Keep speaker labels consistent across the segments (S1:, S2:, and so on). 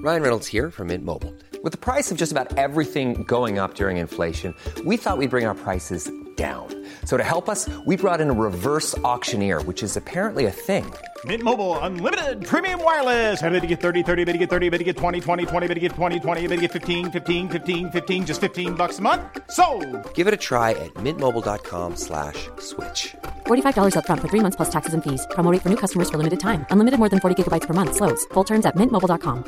S1: Ryan Reynolds here from Mint Mobile. With the price of just about everything going up during inflation, we thought we'd bring our prices down. So to help us, we brought in a reverse auctioneer, which is apparently a thing.
S2: Mint Mobile Unlimited Premium Wireless. How to get 30, 30, bit to get 30, bit to get 20, 20, 20, bit to get 20, 20, bit to get 15, 15, 15, 15, just $15 a month? Sold!
S1: Give it a try at mintmobile.com/switch.
S3: $45 up front for 3 months plus taxes and fees. Promo rate for new customers for limited time. Unlimited more than 40 gigabytes per month. Slows full terms at mintmobile.com.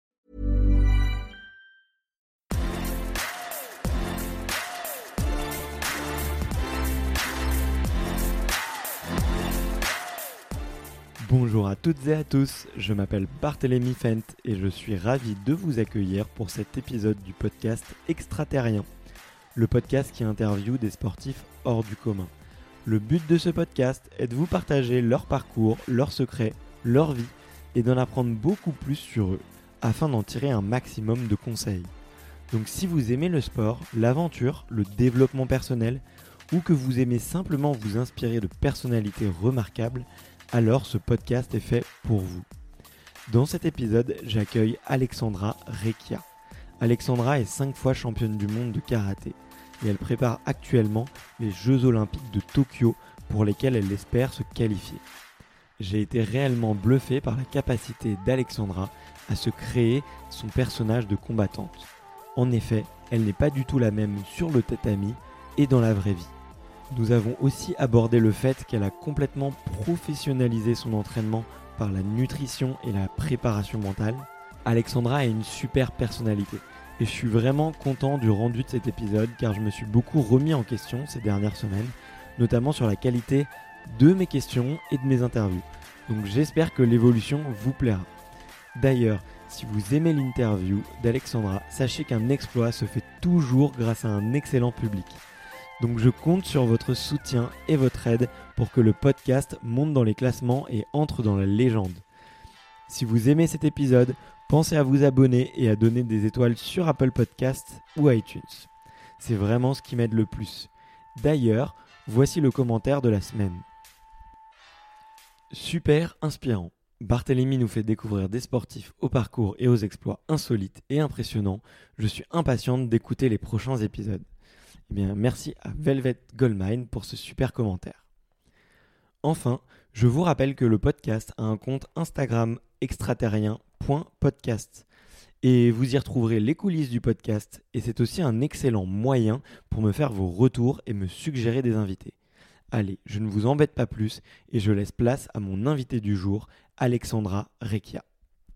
S4: Bonjour à toutes et à tous, je m'appelle Barthélémy Fent et je suis ravi de vous accueillir pour cet épisode du podcast Extraterrien, le podcast qui interviewe des sportifs hors du commun. Le but de ce podcast est de vous partager leur parcours, leurs secrets, leur vie et d'en apprendre beaucoup plus sur eux, afin d'en tirer un maximum de conseils. Donc si vous aimez le sport, l'aventure, le développement personnel, ou que vous aimez simplement vous inspirer de personnalités remarquables, alors ce podcast est fait pour vous. Dans cet épisode, j'accueille Alexandra Recchia. Alexandra est 5 fois championne du monde de karaté et elle prépare actuellement les Jeux Olympiques de Tokyo pour lesquels elle espère se qualifier. J'ai été réellement bluffé par la capacité d'Alexandra à se créer son personnage de combattante. En effet, elle n'est pas du tout la même sur le tatami et dans la vraie vie. Nous avons aussi abordé le fait qu'elle a complètement professionnalisé son entraînement par la nutrition et la préparation mentale. Alexandra a une super personnalité et je suis vraiment content du rendu de cet épisode car je me suis beaucoup remis en question ces dernières semaines, notamment sur la qualité de mes questions et de mes interviews. Donc j'espère que l'évolution vous plaira. D'ailleurs, si vous aimez l'interview d'Alexandra, sachez qu'un exploit se fait toujours grâce à un excellent public. Donc je compte sur votre soutien et votre aide pour que le podcast monte dans les classements et entre dans la légende. Si vous aimez cet épisode, pensez à vous abonner et à donner des étoiles sur Apple Podcasts ou iTunes. C'est vraiment ce qui m'aide le plus. D'ailleurs, voici le commentaire de la semaine. Super inspirant. Barthélémy nous fait découvrir des sportifs au parcours et aux exploits insolites et impressionnants. Je suis impatiente d'écouter les prochains épisodes. Eh bien, merci à Velvet Goldmine pour ce super commentaire. Enfin, je vous rappelle que le podcast a un compte Instagram extraterrien.podcast et vous y retrouverez les coulisses du podcast et c'est aussi un excellent moyen pour me faire vos retours et me suggérer des invités. Allez, je ne vous embête pas plus et je laisse place à mon invité du jour, Alexandra Recchia.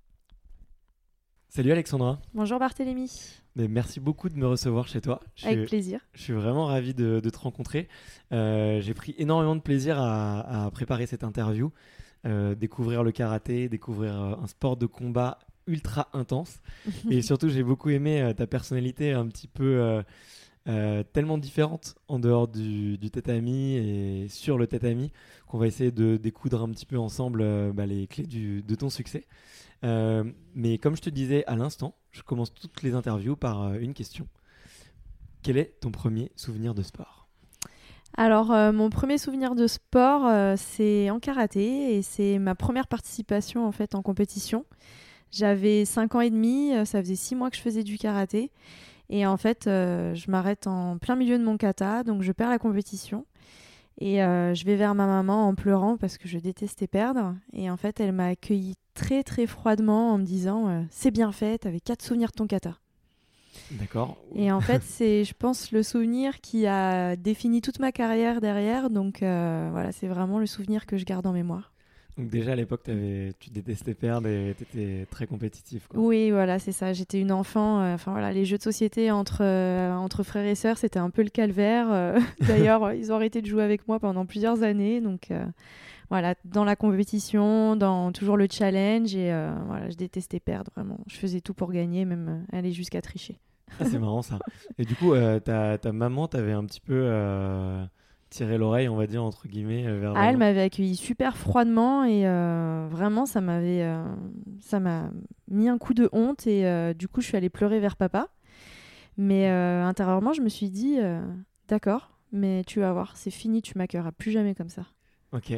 S4: Salut Alexandra.
S5: Bonjour Barthélémy.
S4: Merci beaucoup de me recevoir chez toi.
S5: Avec plaisir.
S4: Je suis vraiment ravi de te rencontrer. J'ai pris énormément de plaisir à préparer cette interview, découvrir le karaté, découvrir un sport de combat ultra intense. Et surtout, j'ai beaucoup aimé ta personnalité un petit peu tellement différente en dehors du tatami et sur le tatami qu'on va essayer de découdre un petit peu ensemble les clés de ton succès. Mais comme je te disais à l'instant, je commence toutes les interviews par une question. Quel est ton premier souvenir de sport ?
S5: Alors, mon premier souvenir de sport, c'est en karaté et c'est ma première participation en fait en compétition. J'avais 5 ans et demi, ça faisait 6 mois que je faisais du karaté et en fait, je m'arrête en plein milieu de mon kata, donc je perds la compétition. Et je vais vers ma maman en pleurant parce que je détestais perdre. Et en fait, elle m'a accueillie très très froidement en me disant c'est bien fait, t'avais qu'à te souvenir de ton kata.
S4: D'accord.
S5: Et en fait, c'est, je pense, le souvenir qui a défini toute ma carrière derrière. Donc voilà, c'est vraiment le souvenir que je garde en mémoire.
S4: Donc déjà à l'époque, tu détestais perdre et tu étais très compétitif, quoi.
S5: Oui, voilà, c'est ça. J'étais une enfant. Voilà, les jeux de société entre frères et sœurs, c'était un peu le calvaire. D'ailleurs, ils ont arrêté de jouer avec moi pendant plusieurs années. Donc voilà, dans la compétition, dans toujours le challenge. Et voilà, je détestais perdre, vraiment. Je faisais tout pour gagner, même aller jusqu'à tricher.
S4: Ah, c'est marrant ça. Et du coup, ta maman t'avait un petit peu tiré l'oreille, on va dire, entre guillemets, vers
S5: elle m'avait accueilli super froidement et vraiment, ça m'a mis un coup de honte et du coup, je suis allée pleurer vers papa. Mais intérieurement, je me suis dit, d'accord, mais tu vas voir, c'est fini, tu m'accueilleras plus jamais comme ça.
S4: Ok.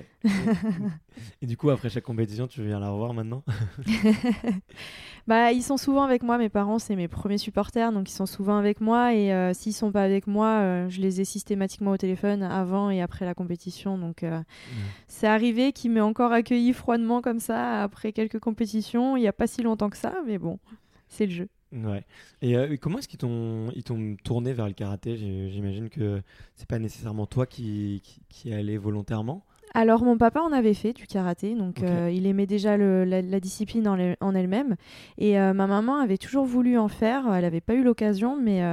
S4: Et du coup, après chaque compétition, tu viens la revoir maintenant?
S5: Bah, ils sont souvent avec moi. Mes parents, c'est mes premiers supporters, donc ils sont souvent avec moi. Et s'ils sont pas avec moi, je les ai systématiquement au téléphone avant et après la compétition. Donc, c'est arrivé qu'ils m'aient encore accueilli froidement comme ça après quelques compétitions. Il y a pas si longtemps que ça, mais bon, c'est le jeu.
S4: Ouais. Et comment est-ce qu'ils t'ont tourné vers le karaté? J'imagine que c'est pas nécessairement toi qui est allé volontairement.
S5: Alors, mon papa en avait fait du karaté, donc
S4: Ok.
S5: il aimait déjà la discipline en elle-même. Et ma maman avait toujours voulu en faire, elle n'avait pas eu l'occasion, mais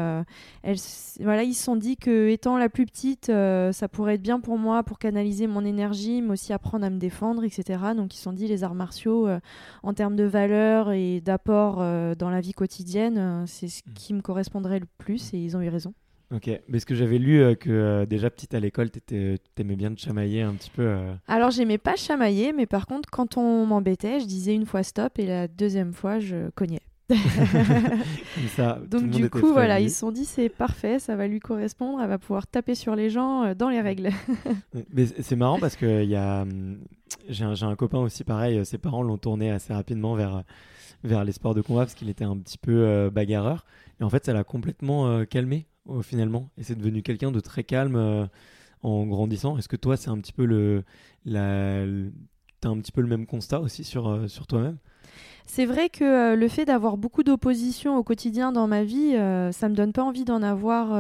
S5: voilà, ils se sont dit que étant la plus petite, ça pourrait être bien pour moi, pour canaliser mon énergie, mais aussi apprendre à me défendre, etc. Donc, ils se sont dit les arts martiaux, en termes de valeur et d'apport dans la vie quotidienne, c'est ce qui me correspondrait le plus, et ils ont eu raison.
S4: Ok. Mais ce que j'avais lu, que déjà petite à l'école, t'aimais bien te chamailler un petit peu.
S5: Alors, j'aimais pas chamailler, mais par contre, quand on m'embêtait, je disais une fois stop et la deuxième fois, je cognais.
S4: Comme ça, tout le
S5: Donc,
S4: monde
S5: du
S4: était
S5: coup, voilà,
S4: prévenu.
S5: ils se sont dit c'est parfait, ça va lui correspondre, elle va pouvoir taper sur les gens dans les règles.
S4: Mais c'est marrant parce que j'ai un copain aussi pareil, ses parents l'ont tourné assez rapidement vers les sports de combat parce qu'il était un petit peu bagarreur. Et en fait, ça l'a complètement calmé finalement. Et c'est devenu quelqu'un de très calme en grandissant. Est-ce que toi, c'est un petit peu t'as un petit peu le même constat aussi sur toi-même?
S5: C'est vrai que le fait d'avoir beaucoup d'opposition au quotidien dans ma vie, ça me donne pas envie d'en avoir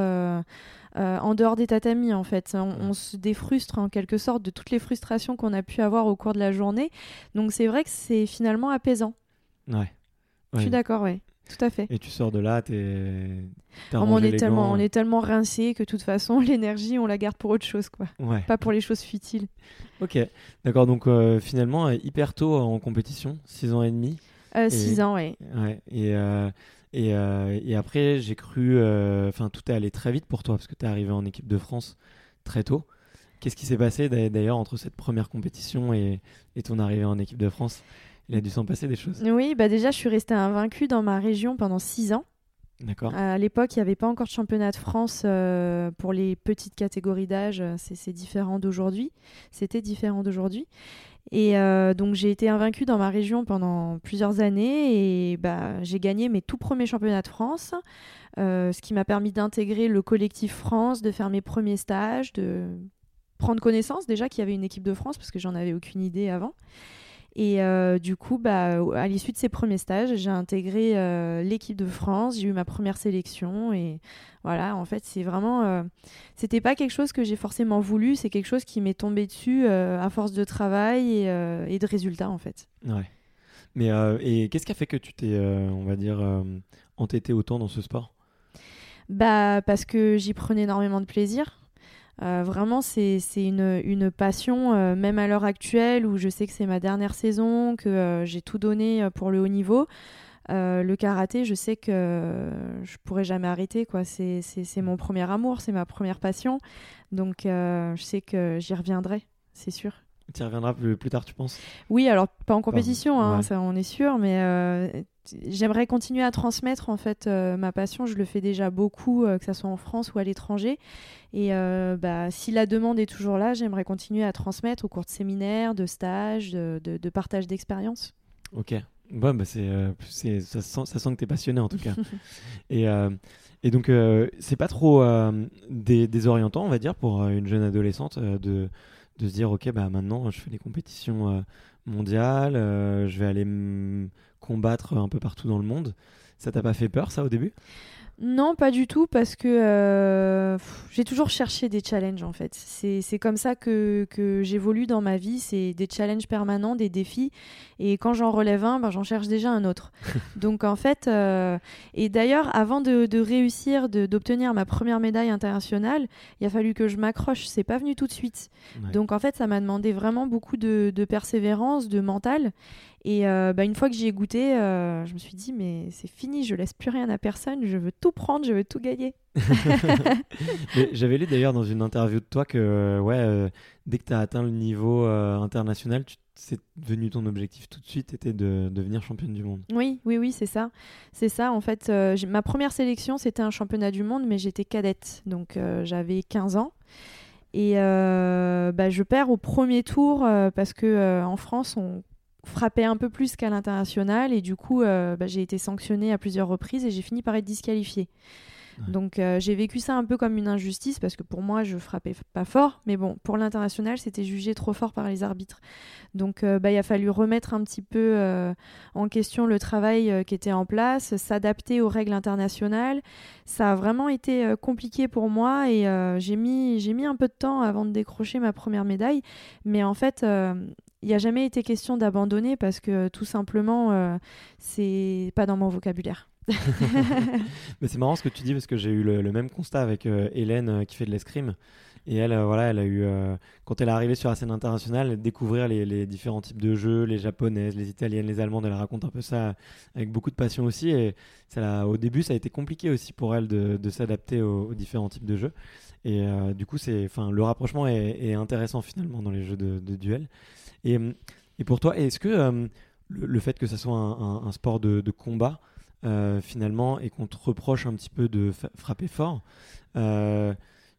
S5: en dehors des tatamis, en fait. On se défrustre en quelque sorte de toutes les frustrations qu'on a pu avoir au cours de la journée. Donc c'est vrai que c'est finalement apaisant.
S4: Ouais.
S5: Je suis
S4: Ouais.
S5: d'accord, oui, tout à fait.
S4: Et tu sors de là, t'as
S5: Oh, mais
S4: rangé les gants.
S5: on est tellement rincé que de toute façon, l'énergie, on la garde pour autre chose, quoi.
S4: Ouais.
S5: Pas pour les choses futiles.
S4: Ok. D'accord. Donc finalement, hyper tôt en compétition, 6 ans et demi.
S5: 6 ans, oui.
S4: Ouais. Et après, j'ai cru. Enfin, tout est allé très vite pour toi parce que tu es arrivé en équipe de France très tôt. Qu'est-ce qui s'est passé d'ailleurs entre cette première compétition et ton arrivée en équipe de France? Il a dû s'en passer des choses.
S5: Oui, bah déjà, je suis restée invaincue dans ma région pendant 6 ans.
S4: D'accord.
S5: À l'époque, il n'y avait pas encore de championnat de France pour les petites catégories d'âge. C'est différent d'aujourd'hui. C'était différent d'aujourd'hui. Et donc, j'ai été invaincue dans ma région pendant plusieurs années. Et bah, j'ai gagné mes tout premiers championnats de France, ce qui m'a permis d'intégrer le collectif France, de faire mes premiers stages, de prendre connaissance déjà qu'il y avait une équipe de France, parce que j'en avais aucune idée avant. Et du coup, bah, à l'issue de ces premiers stages, j'ai intégré l'équipe de France, j'ai eu ma première sélection et voilà, en fait, c'est vraiment... c'était pas quelque chose que j'ai forcément voulu, c'est quelque chose qui m'est tombé dessus à force de travail et de résultats, en fait.
S4: Ouais. Mais et qu'est-ce qui a fait que tu t'es, on va dire, entêté autant dans ce sport?
S5: Bah, parce que j'y prenais énormément de plaisir. Vraiment, c'est une passion, même à l'heure actuelle où je sais que c'est ma dernière saison, que j'ai tout donné pour le haut niveau. Le karaté, je sais que je pourrais jamais arrêter, quoi. C'est mon premier amour, c'est ma première passion. Donc, je sais que j'y reviendrai, c'est sûr.
S4: Tu y reviendras plus tard, tu penses?
S5: Oui, alors pas en compétition, hein,
S4: Ouais.
S5: ça on est sûr, mais j'aimerais continuer à transmettre en fait ma passion. Je le fais déjà beaucoup, que ça soit en France ou à l'étranger. Et bah, si la demande est toujours là, j'aimerais continuer à transmettre au cours de séminaires, de stages, de partage d'expériences.
S4: Ok. Bon, bah ça sent que tu es passionné en tout cas. Et donc, c'est pas trop désorientant, on va dire, pour une jeune adolescente de se dire, ok, bah maintenant je fais des compétitions mondiales, je vais aller combattre un peu partout dans le monde. Ça t'a pas fait peur, ça, au début?
S5: Non, pas du tout, parce que j'ai toujours cherché des challenges en fait. C'est comme ça que j'évolue dans ma vie, c'est des challenges permanents, des défis. Et quand j'en relève un, ben, j'en cherche déjà un autre. Donc en fait, et d'ailleurs, avant de réussir, d'obtenir ma première médaille internationale, il a fallu que je m'accroche. C'est pas venu tout de suite.
S4: Ouais.
S5: Donc en fait, ça m'a demandé vraiment beaucoup de persévérance, de mental. Et bah, une fois que j'y ai goûté, je me suis dit, mais c'est fini, je laisse plus rien à personne, je veux tout prendre, je veux tout gagner.
S4: Mais j'avais lu d'ailleurs dans une interview de toi que dès que tu as atteint le niveau international, c'est devenu ton objectif tout de suite, était de devenir championne du monde.
S5: Oui, c'est ça. C'est ça, en fait, ma première sélection, c'était un championnat du monde, mais j'étais cadette, donc j'avais 15 ans. Et je perds au premier tour parce que en France, on frappait un peu plus qu'à l'international. Et du coup, j'ai été sanctionnée à plusieurs reprises et j'ai fini par être disqualifiée. Donc j'ai vécu ça un peu comme une injustice parce que pour moi je frappais pas fort, mais bon, pour l'international c'était jugé trop fort par les arbitres. Donc il a fallu remettre un petit peu en question le travail qui était en place, s'adapter aux règles internationales. Ça a vraiment été compliqué pour moi et j'ai mis un peu de temps avant de décrocher ma première médaille, mais en fait il n'y a jamais été question d'abandonner parce que tout simplement c'est pas dans mon vocabulaire.
S4: Mais c'est marrant ce que tu dis parce que j'ai eu le même constat avec Hélène qui fait de l'escrime. Et elle, elle a eu, quand elle est arrivée sur la scène internationale, découvrir les différents types de jeux, les japonaises, les italiennes, les allemandes. Elle raconte un peu ça avec beaucoup de passion aussi. Et au début, ça a été compliqué aussi pour elle de s'adapter aux différents types de jeux. Et du coup, le rapprochement est intéressant finalement dans les jeux de duel. Et pour toi, est-ce que le fait que ça soit un sport de combat, finalement, et qu'on te reproche un petit peu de frapper fort, ça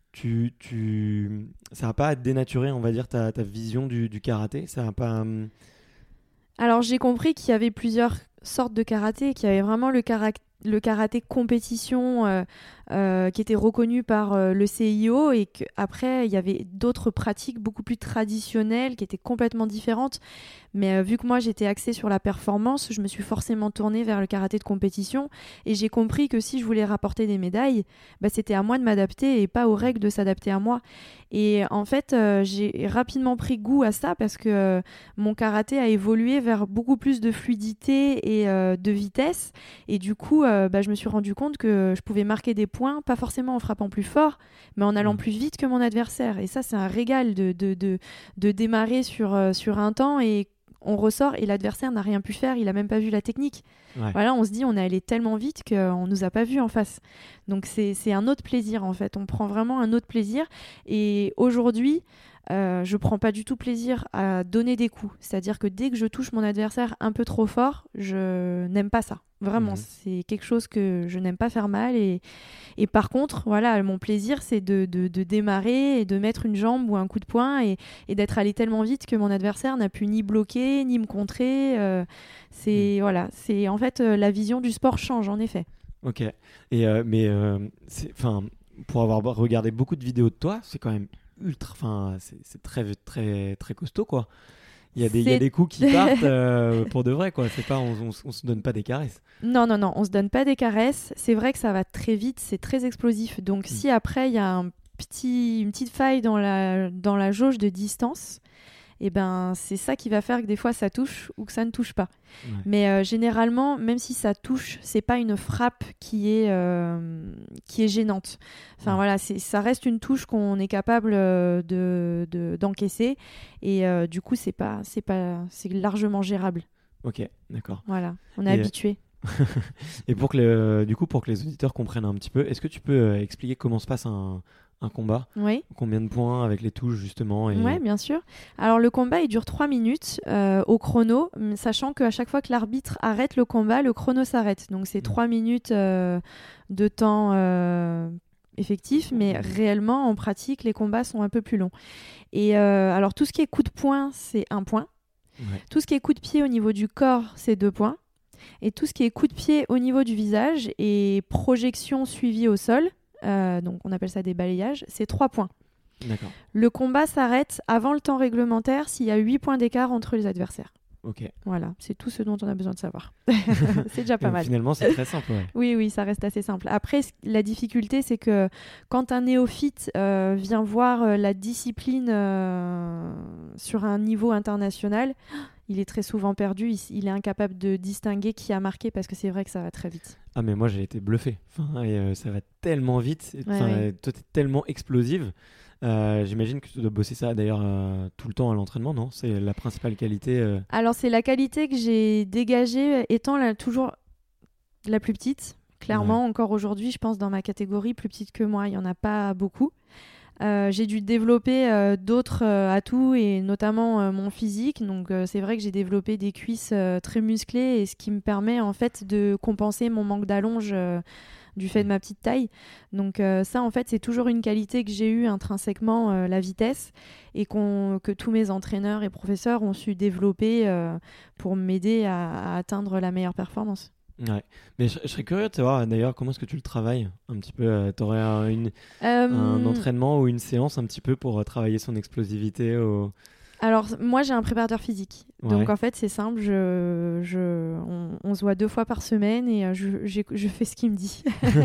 S4: va pas dénaturer, on va dire, ta vision du karaté? Ça va pas...
S5: Alors j'ai compris qu'il y avait plusieurs sortes de karaté, qu'il y avait vraiment le karaté compétition qui était reconnu par le CIO et qu'après il y avait d'autres pratiques beaucoup plus traditionnelles qui étaient complètement différentes. Mais vu que moi j'étais axée sur la performance, je me suis forcément tournée vers le karaté de compétition et j'ai compris que si je voulais rapporter des médailles, c'était à moi de m'adapter et pas aux règles de s'adapter à moi. Et en fait, j'ai rapidement pris goût à ça parce que mon karaté a évolué vers beaucoup plus de fluidité et de vitesse. Et du coup, je me suis rendu compte que je pouvais marquer des points, pas forcément en frappant plus fort, mais en allant plus vite que mon adversaire. Et ça, c'est un régal de démarrer sur un temps et on ressort et l'adversaire n'a rien pu faire, il a même pas vu la technique. Ouais. Voilà, on se dit on est allé tellement vite qu'on nous a pas vu en face. Donc c'est un autre plaisir en fait, on prend vraiment un autre plaisir. Et aujourd'hui, je prends pas du tout plaisir à donner des coups. C'est-à-dire que dès que je touche mon adversaire un peu trop fort, je n'aime pas ça. Vraiment, c'est quelque chose que je n'aime pas faire mal. Et par contre, voilà, mon plaisir, c'est de démarrer et de mettre une jambe ou un coup de poing et d'être allé tellement vite que mon adversaire n'a pu ni bloquer, ni me contrer. Voilà, c'est en fait la vision du sport change, en effet.
S4: Ok. Et pour avoir regardé beaucoup de vidéos de toi, c'est quand même c'est très très très costaud quoi. Il y a des coups qui partent pour de vrai quoi. C'est pas on se donne pas des caresses.
S5: Non, on se donne pas des caresses. C'est vrai que ça va très vite, c'est très explosif. Donc si après il y a une petite faille dans la jauge de distance, et c'est ça qui va faire que des fois ça touche ou que ça ne touche pas. Ouais. Mais généralement, même si ça touche, c'est pas une frappe qui est gênante. Enfin voilà, ça reste une touche qu'on est capable d'encaisser et du coup c'est largement gérable.
S4: Ok, d'accord.
S5: Voilà, on est habitué.
S4: Et pour que les auditeurs comprennent un petit peu, est-ce que tu peux expliquer comment se passe un combat?
S5: Oui.
S4: Combien de points avec les touches justement
S5: Oui, bien sûr. Alors le combat il dure 3 minutes au chrono, sachant qu'à chaque fois que l'arbitre arrête le combat, le chrono s'arrête. Donc c'est 3 minutes de temps effectif, mais réellement en pratique les combats sont un peu plus longs. Et alors tout ce qui est coup de poing, c'est 1 point. Ouais. Tout ce qui est coup de pied au niveau du corps, c'est 2 points. Et tout ce qui est coup de pied au niveau du visage et projection suivie au sol, donc on appelle ça des balayages, c'est 3 points.
S4: D'accord.
S5: Le combat s'arrête avant le temps réglementaire s'il y a 8 points d'écart entre les adversaires.
S4: Ok.
S5: Voilà, c'est tout ce dont on a besoin de savoir. C'est déjà pas mal.
S4: Finalement, c'est très simple. Ouais.
S5: Oui, ça reste assez simple. Après, la difficulté, c'est que quand un néophyte vient voir la discipline sur un niveau international, il est très souvent perdu. Il est incapable de distinguer qui a marqué parce que c'est vrai que ça va très vite.
S4: Ah, mais moi, j'ai été bluffé. Ça va tellement vite.
S5: Ouais.
S4: Toi, t'es tellement explosive. J'imagine que tu dois bosser ça d'ailleurs tout le temps à l'entraînement, non? C'est la principale qualité.
S5: Alors c'est la qualité que j'ai dégagée étant toujours la plus petite. Clairement, encore aujourd'hui, je pense dans ma catégorie, plus petite que moi, il n'y en a pas beaucoup. J'ai dû développer d'autres atouts et notamment mon physique. Donc c'est vrai que j'ai développé des cuisses très musclées et ce qui me permet en fait de compenser mon manque d'allonge du fait de ma petite taille. Donc ça en fait c'est toujours une qualité que j'ai eue intrinsèquement, la vitesse, et que tous mes entraîneurs et professeurs ont su développer pour m'aider à atteindre la meilleure performance.
S4: Ouais, mais je serais curieux de savoir d'ailleurs comment est-ce que tu le travailles un petit peu. T'aurais un entraînement ou une séance un petit peu pour travailler son explosivité
S5: Alors moi j'ai un préparateur physique, donc
S4: Ouais.
S5: en fait c'est simple, on se voit 2 fois par semaine et je fais ce qu'il me dit.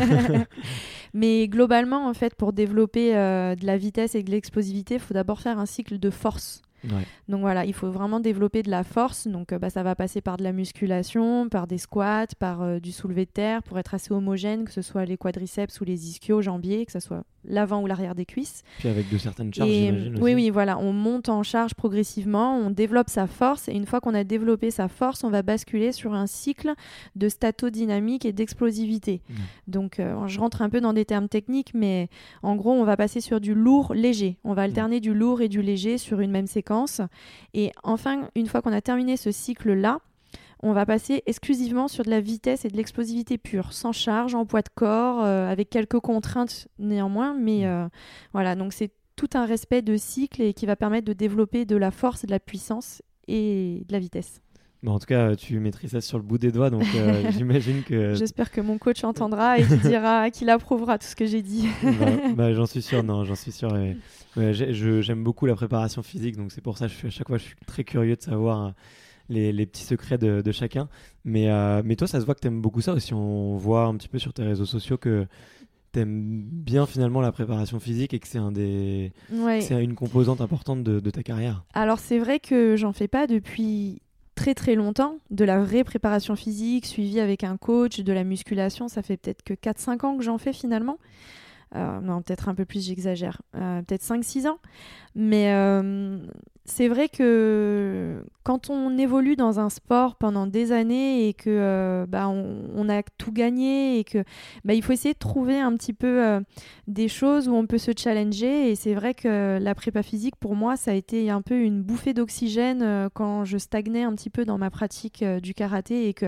S5: Mais globalement en fait pour développer de la vitesse et de l'explosivité, il faut d'abord faire un cycle de force.
S4: Ouais.
S5: Donc voilà, il faut vraiment développer de la force. Donc ça va passer par de la musculation, par des squats, par du soulevé de terre pour être assez homogène, que ce soit les quadriceps ou les ischios, jambiers, que ce soit l'avant ou l'arrière des cuisses.
S4: Puis avec de certaines charges,
S5: Et,
S4: j'imagine
S5: oui,
S4: aussi.
S5: oui, voilà, on monte en charge progressivement, on développe sa force et une fois qu'on a développé sa force, on va basculer sur un cycle de statodynamique et d'explosivité.
S4: Ouais.
S5: Donc je rentre un peu dans des termes techniques, mais en gros, on va passer sur du lourd léger. On va alterner du lourd et du léger sur une même séquence. Et enfin, une fois qu'on a terminé ce cycle-là, on va passer exclusivement sur de la vitesse et de l'explosivité pure, sans charge, en poids de corps, avec quelques contraintes néanmoins. Mais voilà, donc c'est tout un respect de cycle et qui va permettre de développer de la force, de la puissance et de la vitesse.
S4: Bon, en tout cas, tu maîtrises ça sur le bout des doigts, donc j'imagine que...
S5: J'espère que mon coach entendra et qu'il approuvera tout ce que j'ai dit.
S4: J'en suis sûr, non, j'en suis sûr. J'aime beaucoup la préparation physique, donc c'est pour ça que à chaque fois, je suis très curieux de savoir les petits secrets de chacun. Mais toi, ça se voit que tu aimes beaucoup ça aussi. On voit un petit peu sur tes réseaux sociaux que tu aimes bien finalement la préparation physique et que c'est une composante importante de ta carrière.
S5: Alors, c'est vrai que j'en fais pas depuis très très longtemps, de la vraie préparation physique suivie avec un coach, de la musculation, ça fait peut-être que 4-5 ans que j'en fais finalement. Non, peut-être un peu plus, j'exagère. Peut-être 5-6 ans. Mais c'est vrai que quand on évolue dans un sport pendant des années et que on a tout gagné et que il faut essayer de trouver un petit peu des choses où on peut se challenger. Et c'est vrai que la prépa physique, pour moi, ça a été un peu une bouffée d'oxygène quand je stagnais un petit peu dans ma pratique du karaté et que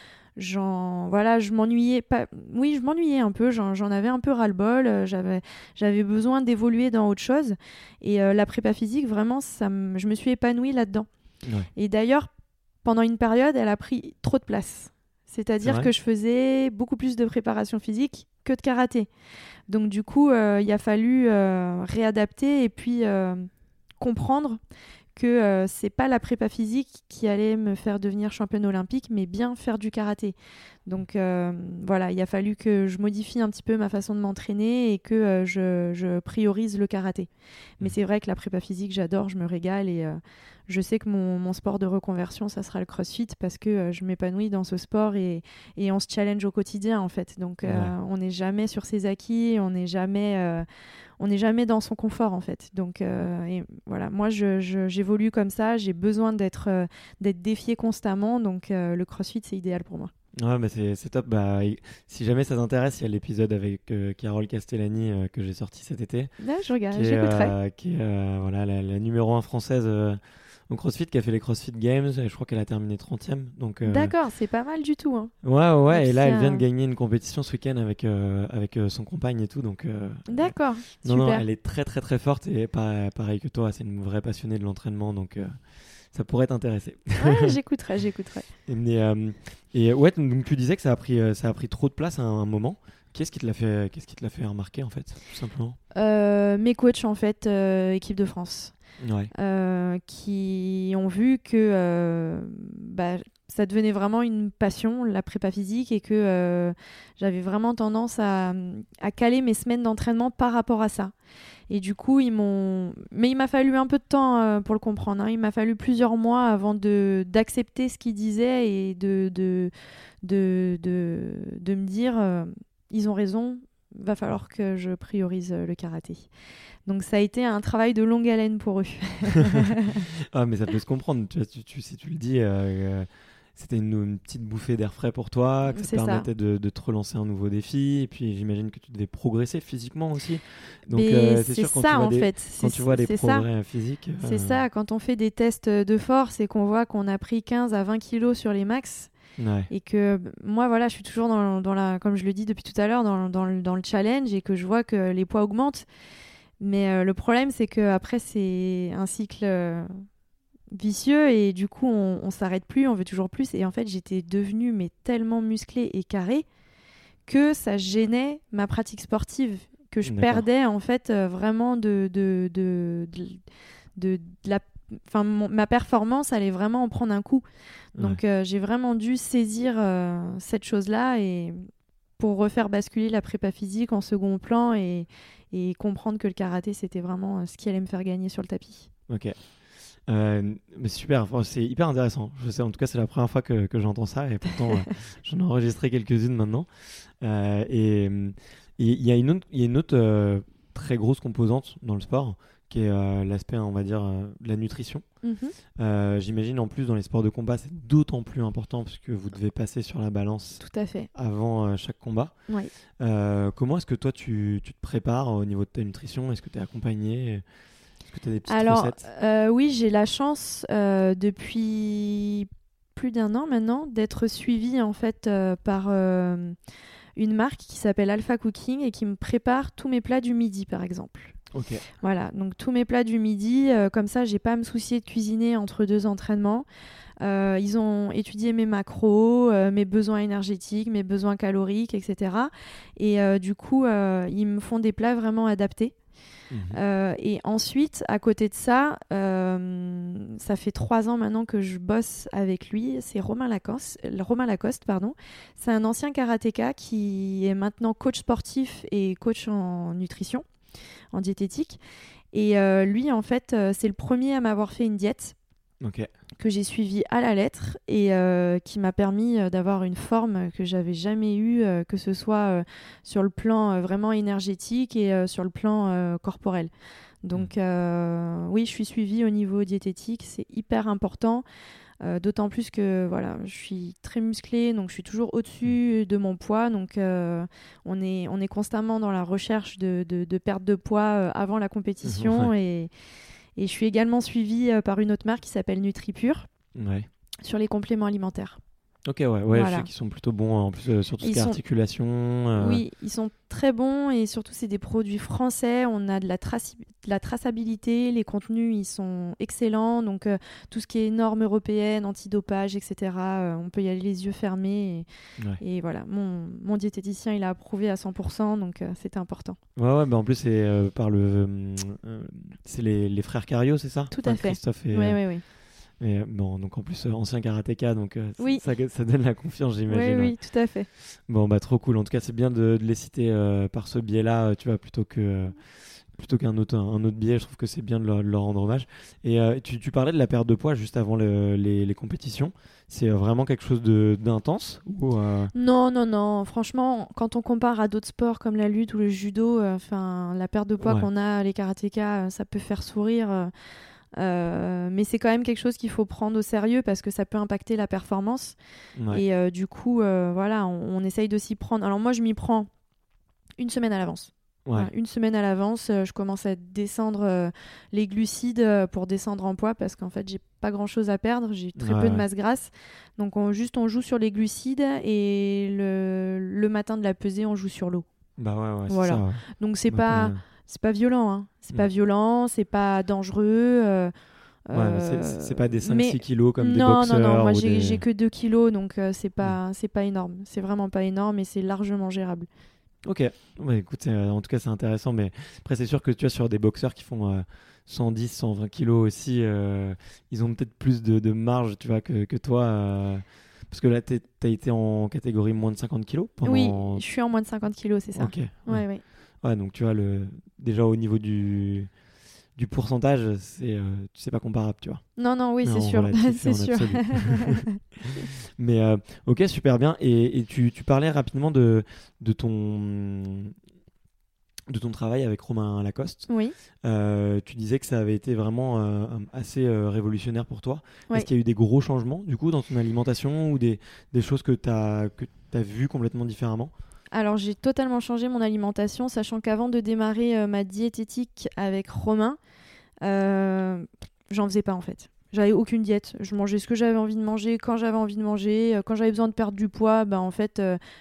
S5: je m'ennuyais pas. Oui, je m'ennuyais un peu, j'en avais un peu ras-le-bol, j'avais besoin d'évoluer dans autre chose et la prépa physique, vraiment, je me suis épanouie là-dedans.
S4: Ouais.
S5: Et d'ailleurs, pendant une période, elle a pris trop de place. C'est-à-dire que je faisais beaucoup plus de préparation physique que de karaté. Donc du coup, il a fallu réadapter et puis comprendre que c'est pas la prépa physique qui allait me faire devenir championne olympique, mais bien faire du karaté. Donc voilà, il a fallu que je modifie un petit peu ma façon de m'entraîner et que je priorise le karaté. Mais c'est vrai que la prépa physique, j'adore, je me régale et je sais que mon sport de reconversion, ça sera le crossfit parce que je m'épanouis dans ce sport et on se challenge au quotidien en fait. Donc on n'est jamais sur ses acquis, on n'est jamais dans son confort en fait. Donc et voilà, moi j'évolue comme ça, j'ai besoin d'être défiée constamment, donc le crossfit c'est idéal pour moi.
S4: Ouais, bah c'est top. Si jamais ça t'intéresse, il y a l'épisode avec Carole Castellani que j'ai sorti cet été.
S5: Là, je regarde, j'écouterai.
S4: Qui est voilà, la numéro 1 française au CrossFit, qui a fait les CrossFit Games. Et je crois qu'elle a terminé 30e. Donc,
S5: D'accord, c'est pas mal du tout. Hein.
S4: Ouais. Et là, elle vient de gagner une compétition ce week-end avec son compagne et tout. Donc,
S5: d'accord, super.
S4: Non, elle est très très très forte et pareil que toi, c'est une vraie passionnée de l'entraînement. Donc, ça pourrait t'intéresser.
S5: Ouais, j'écouterai.
S4: Et ouais, donc tu disais que ça a pris trop de place à un moment. Qu'est-ce qui te l'a fait remarquer en fait, tout simplement?
S5: Mes coachs en fait, équipe de France, qui ont vu que ça devenait vraiment une passion, la prépa physique, et que j'avais vraiment tendance à caler mes semaines d'entraînement par rapport à ça. Et du coup, mais il m'a fallu un peu de temps pour le comprendre. Hein. Il m'a fallu plusieurs mois avant d'accepter ce qu'ils disaient et de me dire ils ont raison, va falloir que je priorise le karaté. Donc ça a été un travail de longue haleine pour eux.
S4: Ah, mais ça peut se comprendre. Si tu le dis, c'était une petite bouffée d'air frais pour toi, que ça te
S5: C'est ça.
S4: permettait de te relancer un nouveau défi. Et puis j'imagine que tu devais progresser physiquement aussi. Donc
S5: Mais
S4: c'est
S5: c'est
S4: sûr, quand
S5: ça
S4: tu vois
S5: en fait.
S4: quand tu vois des
S5: c'est ça.
S4: progrès physiques.
S5: C'est ça, quand on fait des tests de force et qu'on voit qu'on a pris 15 à 20 kilos sur les max,
S4: Ouais.
S5: et que moi, voilà, je suis toujours dans la, comme je le dis depuis tout à l'heure, dans le challenge, et que je vois que les poids augmentent. Mais le problème, c'est qu'après, c'est un cycle vicieux, et du coup, on s'arrête plus, on veut toujours plus. Et en fait, j'étais devenue mais tellement musclée et carrée que ça gênait ma pratique sportive, que je
S4: D'accord.
S5: perdais en fait vraiment ma performance allait vraiment en prendre un coup. Donc j'ai vraiment dû saisir cette chose-là et pour refaire basculer la prépa physique en second plan et comprendre que le karaté c'était vraiment ce qui allait me faire gagner sur le tapis.
S4: Ok. Mais super, enfin, c'est hyper intéressant. Je sais, en tout cas, c'est la première fois que j'entends ça et pourtant j'en ai enregistré quelques-unes maintenant. Et il y a une autre très grosse composante dans le sport qui est l'aspect, on va dire, de la nutrition. J'imagine en plus dans les sports de combat, c'est d'autant plus important puisque vous devez passer sur la balance
S5: Tout à fait.
S4: avant chaque combat.
S5: Oui.
S4: Comment est-ce que toi tu te prépares au niveau de ta nutrition? Est-ce que tu es accompagné? Est-ce que tu as des petites recettes?
S5: Oui, j'ai la chance depuis plus d'1 an maintenant d'être suivie en fait par une marque qui s'appelle Alpha Cooking et qui me prépare tous mes plats du midi par exemple.
S4: Ok.
S5: Voilà, donc tous mes plats du midi, comme ça j'ai pas à me soucier de cuisiner entre 2 entraînements. Ils ont étudié mes macros, mes besoins énergétiques, mes besoins caloriques, etc. Et du coup, ils me font des plats vraiment adaptés. Et ensuite, à côté de ça, ça fait 3 ans maintenant que je bosse avec lui. C'est Romain Lacoste, pardon. C'est un ancien karatéka qui est maintenant coach sportif et coach en nutrition, en diététique. Et lui, en fait, c'est le premier à m'avoir fait une diète.
S4: Ok.
S5: Que j'ai suivi à la lettre et qui m'a permis d'avoir une forme que j'avais jamais eue, que ce soit sur le plan vraiment énergétique et sur le plan corporel. Donc oui, je suis suivie au niveau diététique, c'est hyper important. D'autant plus que voilà, je suis très musclée, donc je suis toujours au-dessus de mon poids. Donc on est constamment dans la recherche de perte de poids avant la compétition. Et je suis également suivie par une autre marque qui s'appelle NutriPure sur les compléments alimentaires.
S4: Ok, ouais, voilà. Je sais qu'ils sont plutôt bons en plus sur tout ce qui est articulation.
S5: Oui, ils sont très bons et surtout c'est des produits français. On a de la traçabilité, les contenus ils sont excellents. Donc tout ce qui est normes européennes, antidopage, etc. On peut y aller les yeux fermés. Et voilà, mon diététicien il a approuvé à 100%, donc c'était important.
S4: Ouais, bah en plus c'est c'est les frères Cario, c'est ça?
S5: Tout à fait.
S4: Christophe et
S5: Oui.
S4: Et bon, donc en plus ancien karatéka, donc
S5: oui.
S4: ça donne la confiance, j'imagine.
S5: Oui, tout à fait.
S4: Bon, bah trop cool. En tout cas, c'est bien de les citer par ce biais-là, tu vois, plutôt qu'un autre biais. Je trouve que c'est bien de leur rendre hommage. Et tu parlais de la perte de poids juste avant les compétitions. C'est vraiment quelque chose d'intense ou
S5: Non. Franchement, quand on compare à d'autres sports comme la lutte ou le judo, la perte de poids qu'on a, les karatékas, ça peut faire sourire. Mais c'est quand même quelque chose qu'il faut prendre au sérieux parce que ça peut impacter la performance. Et du coup, voilà, on essaye de s'y prendre. Alors moi, je m'y prends 1 semaine à l'avance. Voilà, 1 semaine à l'avance, je commence à descendre les glucides pour descendre en poids parce qu'en fait, j'ai pas grand-chose à perdre. J'ai très peu de masse grasse. Donc, on joue sur les glucides et le matin de la pesée, on joue sur l'eau.
S4: Bah ouais,
S5: voilà.
S4: C'est ça.
S5: Donc, c'est pas violent, hein. C'est pas violent, c'est pas dangereux.
S4: C'est pas des 5-6 kilos comme des boxeurs.
S5: Non, moi j'ai que 2 kilos, donc c'est pas énorme. C'est vraiment pas énorme et c'est largement gérable.
S4: Ok, écoute, en tout cas c'est intéressant, mais après c'est sûr que tu vois sur des boxeurs qui font 110, 120 kilos aussi, ils ont peut-être plus de marge, tu vois, que toi. Parce que là, t'as été en catégorie moins de 50 kilos pendant...
S5: Oui, je suis en moins de 50 kilos, c'est ça.
S4: Ok.
S5: Ouais.
S4: Ouais, donc tu vois, déjà au niveau du pourcentage, c'est pas comparable, tu vois.
S5: Non, oui, c'est sûr. C'est sûr.
S4: Mais ok, super bien. Et tu parlais rapidement de ton de ton travail avec Romain Lacoste.
S5: Oui.
S4: Tu disais que ça avait été vraiment assez révolutionnaire pour toi.
S5: Ouais.
S4: Est-ce qu'il y a eu des gros changements du coup dans ton alimentation ou des choses que tu as vues complètement différemment?
S5: Alors j'ai totalement changé mon alimentation, sachant qu'avant de démarrer ma diététique avec Romain, j'en faisais pas en fait. J'avais aucune diète. Je mangeais ce que j'avais envie de manger, quand j'avais envie de manger. Quand j'avais besoin de perdre du poids, en fait,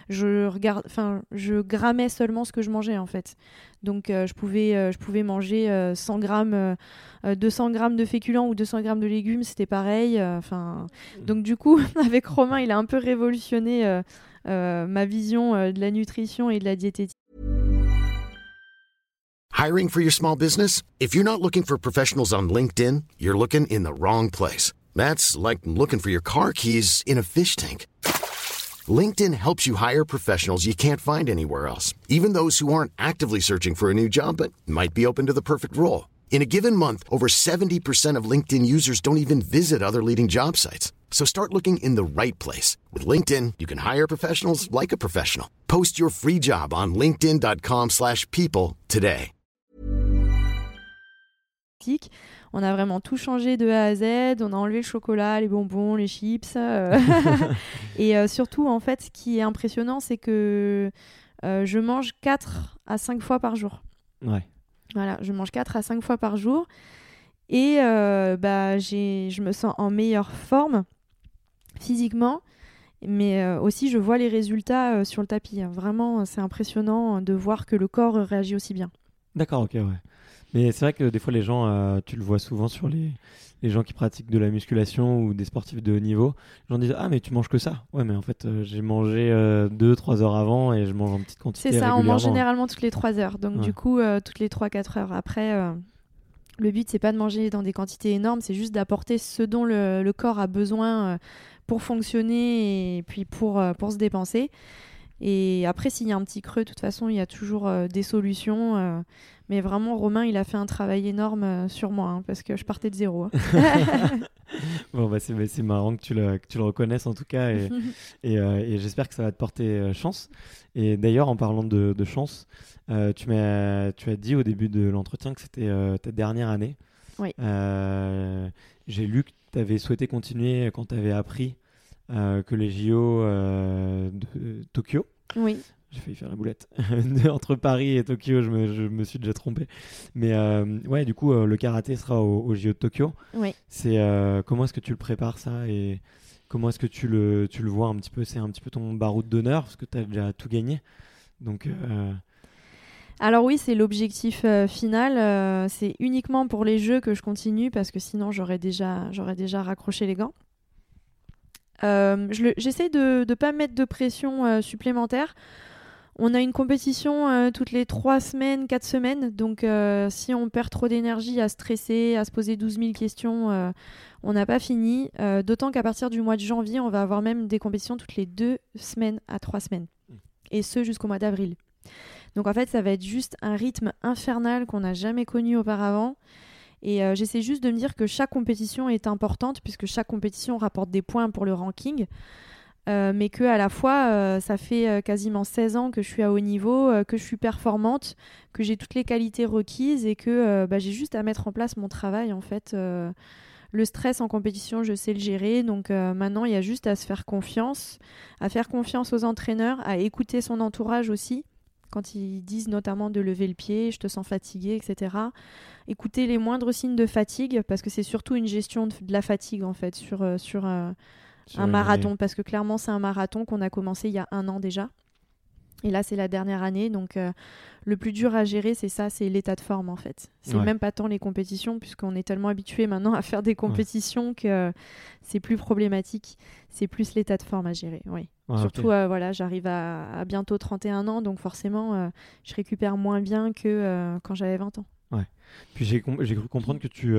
S5: je grammais seulement ce que je mangeais en fait. Donc je pouvais manger 100 grammes, 200 grammes de féculents ou 200 grammes de légumes, c'était pareil. Donc du coup, avec Romain, il a un peu révolutionné ma vision de la nutrition et de la diététique.
S6: Hiring for your small business? If you're not looking for professionals on LinkedIn, you're looking in the wrong place. That's like looking for your car keys in a fish tank. LinkedIn helps you hire professionals you can't find anywhere else, even those who aren't actively searching for a new job but might be open to the perfect role. In a given month, over 70% of LinkedIn users don't even visit other leading job sites. So start looking in the right place. With LinkedIn, you can hire professionals like a professional. Post your free job on linkedin.com/people today.
S5: On a vraiment tout changé de A à Z. On a enlevé le chocolat, les bonbons, les chips. Et surtout, en fait, ce qui est impressionnant, c'est que je mange 4 à 5 fois par jour.
S4: Ouais.
S5: Voilà, je mange 4 à 5 fois par jour. Et je me sens en meilleure forme physiquement. Mais aussi, je vois les résultats sur le tapis. Vraiment, c'est impressionnant de voir que le corps réagit aussi bien.
S4: D'accord, ok, ouais. Mais c'est vrai que des fois, les gens, tu le vois souvent sur les gens qui pratiquent de la musculation ou des sportifs de haut niveau. Les gens disent « Ah, mais tu manges que ça ?» Ouais, mais en fait, j'ai mangé 2-3 heures avant et je mange en petite quantité régulièrement.
S5: C'est ça, on mange généralement toutes les 3 heures. Donc du coup, toutes les 3-4 heures. Après, le but, c'est pas de manger dans des quantités énormes, c'est juste d'apporter ce dont le corps a besoin pour fonctionner et puis pour se dépenser. Et après, s'il y a un petit creux, de toute façon, il y a toujours des solutions. Mais vraiment, Romain, il a fait un travail énorme sur moi, parce que je partais de zéro.
S4: Bon, c'est marrant que tu le reconnaisses en tout cas. Et j'espère que ça va te porter chance. Et d'ailleurs, en parlant de chance, tu as dit au début de l'entretien que c'était ta dernière année.
S5: Oui.
S4: J'ai lu que tu avais souhaité continuer quand tu avais appris que les JO de Tokyo.
S5: Oui.
S4: J'ai failli faire la boulette. Entre Paris et Tokyo, je me suis déjà trompé. Mais ouais, du coup, le karaté sera au JO de Tokyo.
S5: Oui.
S4: Comment est-ce que tu le prépares, ça, et comment est-ce que tu le vois un petit peu? C'est un petit peu ton baroud d'honneur, parce que tu as déjà tout gagné. Donc...
S5: Alors oui, c'est l'objectif final. C'est uniquement pour les Jeux que je continue, parce que sinon, j'aurais déjà raccroché les gants. J'essaie de ne pas mettre de pression supplémentaire. On a une compétition toutes les 3 semaines, 4 semaines. Donc, si on perd trop d'énergie à stresser, à se poser 12 000 questions, on n'a pas fini. D'autant qu'à partir du mois de janvier, on va avoir même des compétitions toutes les 2 semaines à 3 semaines. Et ce, jusqu'au mois d'avril. Donc, en fait, ça va être juste un rythme infernal qu'on n'a jamais connu auparavant. Et j'essaie juste de me dire que chaque compétition est importante, puisque chaque compétition rapporte des points pour le ranking. Mais qu'à la fois, ça fait quasiment 16 ans que je suis à haut niveau, que je suis performante, que j'ai toutes les qualités requises et que j'ai juste à mettre en place mon travail, en fait. Le stress en compétition, je sais le gérer. Donc maintenant, il y a juste à se faire confiance, à faire confiance aux entraîneurs, à écouter son entourage aussi, quand ils disent notamment de lever le pied, je te sens fatigué, etc. Écouter les moindres signes de fatigue, parce que c'est surtout une gestion de la fatigue, en fait, sur un marathon, année. Parce que clairement, c'est un marathon qu'on a commencé il y a 1 an déjà. Et là, c'est la dernière année. Donc, le plus dur à gérer, c'est ça, c'est l'état de forme, en fait. C'est même pas tant les compétitions, puisqu'on est tellement habitué maintenant à faire des compétitions que c'est plus problématique. C'est plus l'état de forme à gérer, oui. Surtout, j'arrive à bientôt 31 ans, donc forcément, je récupère moins bien que quand j'avais 20 ans. Ouais.
S4: Puis j'ai cru comprendre que tu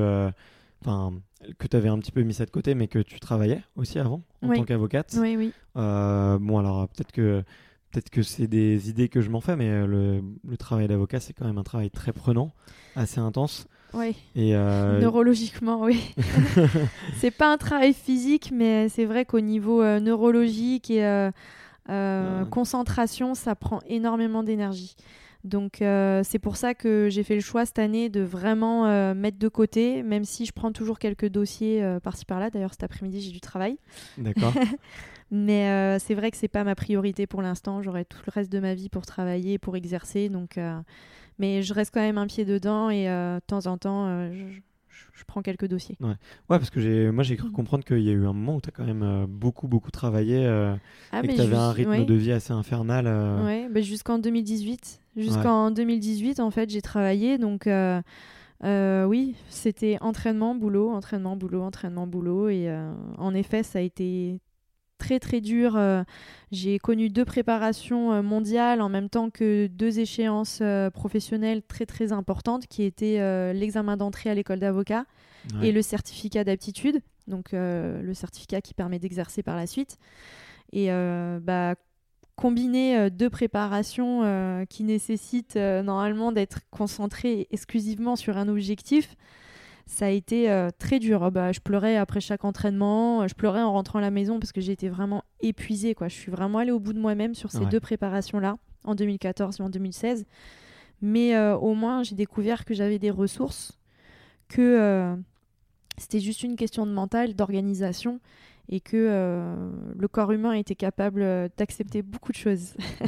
S4: avais un petit peu mis ça de côté, mais que tu travaillais aussi avant, en tant qu'avocate.
S5: Oui.
S4: Bon, alors peut-être que c'est des idées que je m'en fais, mais le travail d'avocat, c'est quand même un travail très prenant, assez intense.
S5: Oui,
S4: et
S5: neurologiquement, oui. C'est pas un travail physique, mais c'est vrai qu'au niveau neurologique et concentration, ça prend énormément d'énergie. Donc c'est pour ça que j'ai fait le choix cette année de vraiment mettre de côté, même si je prends toujours quelques dossiers par-ci par-là. D'ailleurs cet après-midi j'ai du travail.
S4: D'accord.
S5: Mais c'est vrai que c'est pas ma priorité pour l'instant. J'aurai tout le reste de ma vie pour travailler, pour exercer. Donc, mais je reste quand même un pied dedans et de temps en temps je prends quelques dossiers.
S4: Ouais, parce que moi j'ai cru comprendre qu'il y a eu un moment où tu as quand même beaucoup travaillé et que tu avais un rythme de vie assez infernal.
S5: Oui, jusqu'en 2018. Jusqu'en 2018, en fait, j'ai travaillé. Donc, oui, c'était entraînement, boulot. Et en effet, ça a été très, très dur. J'ai connu 2 préparations mondiales en même temps que 2 échéances professionnelles très, très importantes qui étaient l'examen d'entrée à l'école d'avocat et le certificat d'aptitude. Donc, le certificat qui permet d'exercer par la suite. Et combiner 2 préparations qui nécessitent normalement d'être concentré exclusivement sur un objectif, ça a été très dur. Je pleurais après chaque entraînement, je pleurais en rentrant à la maison parce que j'ai été vraiment épuisée, quoi. Je suis vraiment allée au bout de moi-même sur ces 2 préparations-là, en 2014 et en 2016. Mais au moins, j'ai découvert que j'avais des ressources, que c'était juste une question de mental, d'organisation, et que le corps humain était capable d'accepter beaucoup de choses.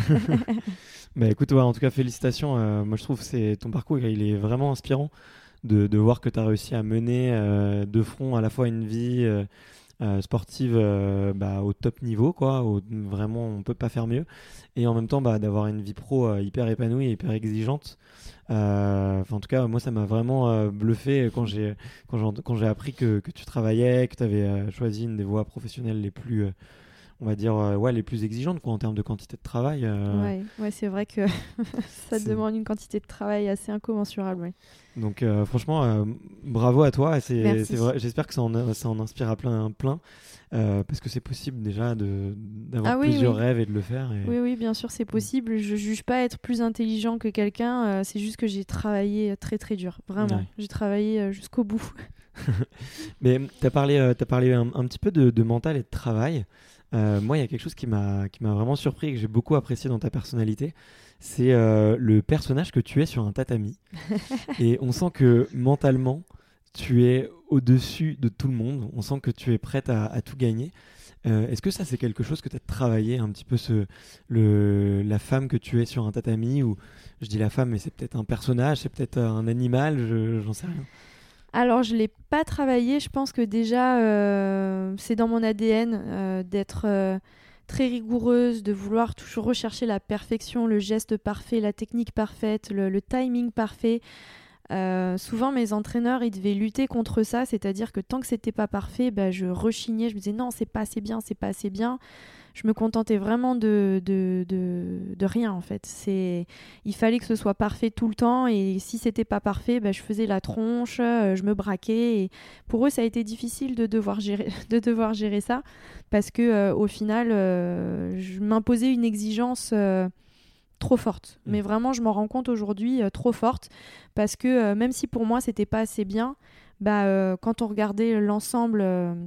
S4: Écoute, en tout cas, félicitations. Moi, je trouve que ton parcours, il est vraiment inspirant de voir que tu as réussi à mener de front à la fois une vie sportive au top niveau, quoi, vraiment, on ne peut pas faire mieux. Et en même temps, d'avoir une vie pro hyper épanouie, hyper exigeante. En tout cas, moi, ça m'a vraiment bluffé quand j'ai appris que tu travaillais, que tu avais choisi une des voies professionnelles les plus, on va dire, les plus exigeantes, quoi, en termes de quantité de travail.
S5: Ouais, c'est vrai que ça demande une quantité de travail assez incommensurable. Ouais.
S4: Donc, franchement, bravo à toi.
S5: Merci.
S4: C'est vrai, j'espère que ça en inspire à plein. Parce que c'est possible déjà d'avoir plusieurs rêves et de le faire.
S5: Oui, bien sûr, c'est possible. Je ne juge pas être plus intelligent que quelqu'un. C'est juste que j'ai travaillé très, très dur. Vraiment. Ouais. J'ai travaillé jusqu'au bout.
S4: Mais tu as parlé un petit peu de mental et de travail. Moi, il y a quelque chose qui m'a vraiment surpris et que j'ai beaucoup apprécié dans ta personnalité. C'est le personnage que tu es sur un tatami. Et on sent que mentalement, tu es au-dessus de tout le monde. On sent que tu es prête à tout gagner. Est-ce que ça, c'est quelque chose que tu as travaillé un petit peu, la femme que tu es sur un tatami, ou je dis la femme, mais c'est peut-être un personnage, c'est peut-être un animal, j'en sais rien.
S5: Alors, je ne l'ai pas travaillé. Je pense que déjà, c'est dans mon ADN d'être très rigoureuse, de vouloir toujours rechercher la perfection, le geste parfait, la technique parfaite, le timing parfait. Souvent mes entraîneurs ils devaient lutter contre ça, c'est-à-dire que tant que c'était pas parfait, je rechignais, je me disais non, c'est pas assez bien. Je me contentais vraiment de rien en fait. Il fallait que ce soit parfait tout le temps, et si c'était pas parfait, je faisais la tronche, je me braquais, et pour eux ça a été difficile de devoir gérer ça, parce que au final je m'imposais une exigence trop forte. Mais vraiment, je m'en rends compte aujourd'hui, trop forte, parce que même si pour moi c'était pas assez bien, quand on regardait l'ensemble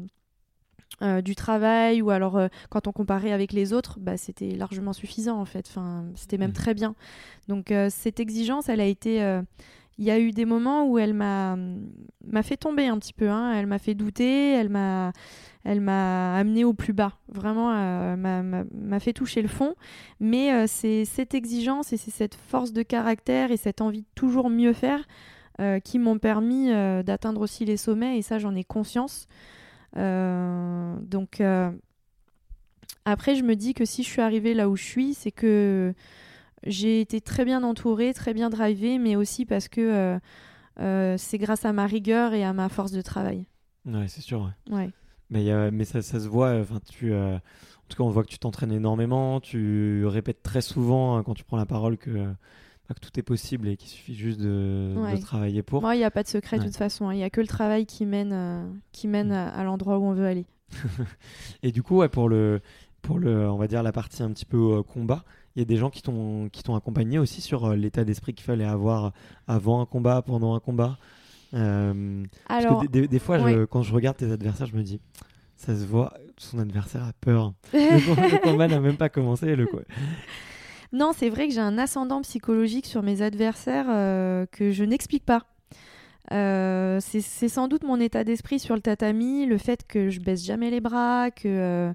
S5: du travail, ou alors quand on comparait avec les autres, c'était largement suffisant en fait. Enfin, c'était même très bien. Donc cette exigence, elle a été... Il y a eu des moments où elle m'a fait tomber un petit peu, hein. Elle m'a fait douter, elle m'a amenée au plus bas. Vraiment, m'a fait toucher le fond. Mais c'est cette exigence et c'est cette force de caractère et cette envie de toujours mieux faire qui m'ont permis d'atteindre aussi les sommets. Et ça, j'en ai conscience. Donc, après, je me dis que si je suis arrivée là où je suis, c'est que j'ai été très bien entourée, très bien drivée, mais aussi parce que c'est grâce à ma rigueur et à ma force de travail.
S4: Ouais, c'est sûr.
S5: Ouais.
S4: Mais ça se voit. En tout cas, on voit que tu t'entraînes énormément. Tu répètes très souvent quand tu prends la parole que tout est possible et qu'il suffit juste de travailler pour.
S5: Moi, il n'y a pas de secret de toute façon. Il n'y a que le travail qui mène à l'endroit où on veut aller.
S4: Et du coup, pour le, on va dire la partie un petit peu combat, il y a des gens qui t'ont accompagné aussi sur l'état d'esprit qu'il fallait avoir avant un combat, pendant un combat.
S5: Alors,
S4: parce que des fois, quand je regarde tes adversaires, je me dis, ça se voit, son adversaire a peur. Le combat n'a même pas commencé.
S5: Non, c'est vrai que j'ai un ascendant psychologique sur mes adversaires que je n'explique pas. C'est sans doute mon état d'esprit sur le tatami, le fait que je baisse jamais les bras, que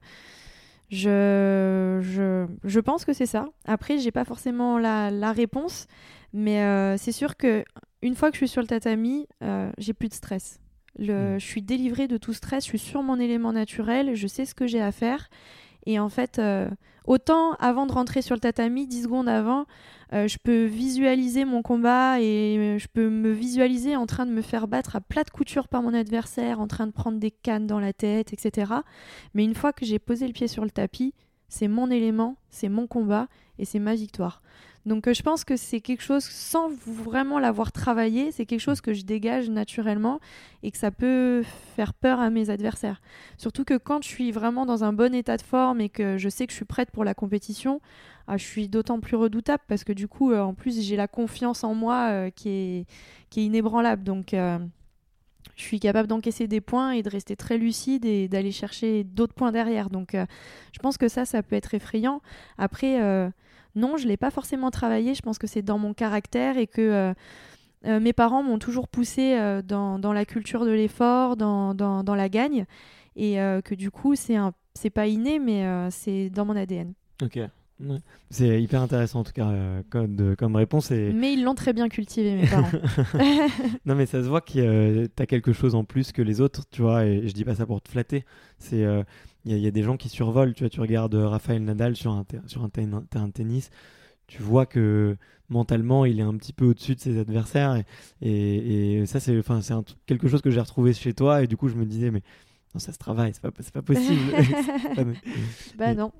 S5: je pense que c'est ça. Après, j'ai pas forcément la réponse, mais c'est sûr que une fois que je suis sur le tatami, j'ai plus de stress. Je suis délivrée de tout stress, je suis sur mon élément naturel, je sais ce que j'ai à faire. Et en fait, autant avant de rentrer sur le tatami, 10 secondes avant, je peux visualiser mon combat et je peux me visualiser en train de me faire battre à plate couture par mon adversaire, en train de prendre des cannes dans la tête, etc. Mais une fois que j'ai posé le pied sur le tapis, c'est mon élément, c'est mon combat et c'est ma victoire. Donc je pense que c'est quelque chose, sans vraiment l'avoir travaillé, c'est quelque chose que je dégage naturellement et que ça peut faire peur à mes adversaires. Surtout que quand je suis vraiment dans un bon état de forme et que je sais que je suis prête pour la compétition, je suis d'autant plus redoutable parce que du coup, en plus, j'ai la confiance en moi qui est inébranlable. Donc je suis capable d'encaisser des points et de rester très lucide et d'aller chercher d'autres points derrière. Donc je pense que ça peut être effrayant. Après... non, je ne l'ai pas forcément travaillé, je pense que c'est dans mon caractère et que mes parents m'ont toujours poussé dans la culture de l'effort, dans la gagne, et que du coup, c'est pas inné, mais c'est dans mon ADN.
S4: Ok, ouais. C'est hyper intéressant en tout cas comme réponse.
S5: Mais ils l'ont très bien cultivé, mes parents.
S4: Non mais ça se voit que tu as quelque chose en plus que les autres, tu vois, et je dis pas ça pour te flatter, c'est... Il y a des gens qui survolent, tu vois, tu regardes Rafael Nadal sur un terrain de tennis, tu vois que mentalement il est un petit peu au-dessus de ses adversaires et ça c'est quelque chose que j'ai retrouvé chez toi et du coup je me disais mais non, ça se travaille, c'est pas possible.
S5: Bah non,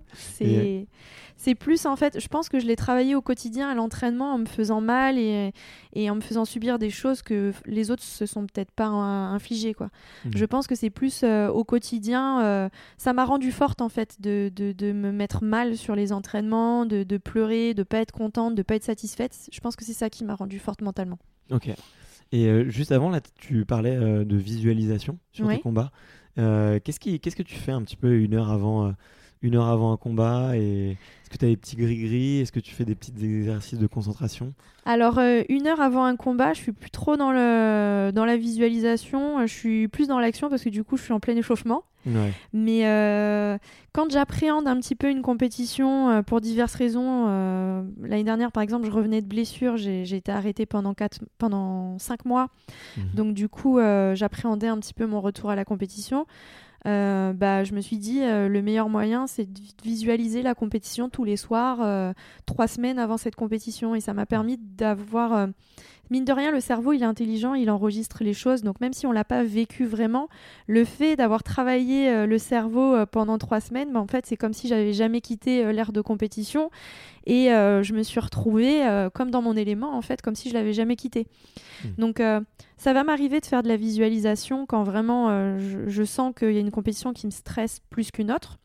S5: c'est plus en fait, je pense que je l'ai travaillé au quotidien à l'entraînement en me faisant mal et en me faisant subir des choses que les autres se sont peut-être pas infligées, quoi. Je pense que c'est plus au quotidien, ça m'a rendue forte en fait de me mettre mal sur les entraînements, de pleurer, de pas être contente, de pas être satisfaite. Je pense que c'est ça qui m'a rendue forte mentalement.
S4: Ok. Et juste avant là, tu parlais de visualisation sur tes combats. Qu'est-ce que tu fais un petit peu une heure avant un combat et est-ce que tu as des petits gris-gris? Est-ce que tu fais des petits exercices de concentration? Alors,
S5: une heure avant un combat, je suis plus trop dans la visualisation, je suis plus dans l'action parce que du coup, je suis en plein échauffement.
S4: Ouais. Mais
S5: quand j'appréhende un petit peu une compétition pour diverses raisons, l'année dernière, par exemple, je revenais de blessure, j'ai été arrêtée pendant 5 mois. Donc du coup, j'appréhendais un petit peu mon retour à la compétition. Je me suis dit le meilleur moyen c'est de visualiser la compétition tous les soirs 3 semaines avant cette compétition et ça m'a permis d'avoir mine de rien le cerveau il est intelligent, il enregistre les choses donc même si on l'a pas vécu vraiment, le fait d'avoir travaillé le cerveau pendant 3 semaines en fait c'est comme si j'avais jamais quitté l'ère de compétition et je me suis retrouvée comme dans mon élément en fait comme si je l'avais jamais quitté. Donc ça va m'arriver de faire de la visualisation quand vraiment je sens qu'il y a une compétition qui me stresse plus qu'une autre.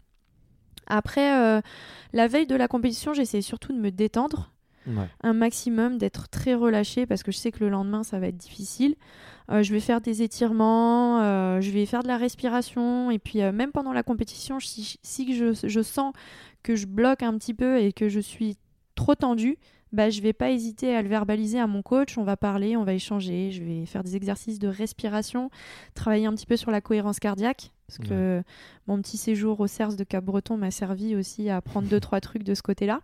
S5: Après, la veille de la compétition, j'essaie surtout de me détendre un maximum, d'être très relâchée parce que je sais que le lendemain, ça va être difficile. Je vais faire des étirements, je vais faire de la respiration et puis même pendant la compétition, si je sens que je bloque un petit peu et que je suis trop tendue, je vais pas hésiter à le verbaliser à mon coach, on va parler, on va échanger, je vais faire des exercices de respiration, travailler un petit peu sur la cohérence cardiaque, parce que mon petit séjour au CERS de Cap-Breton m'a servi aussi à apprendre 2-3 trucs de ce côté-là.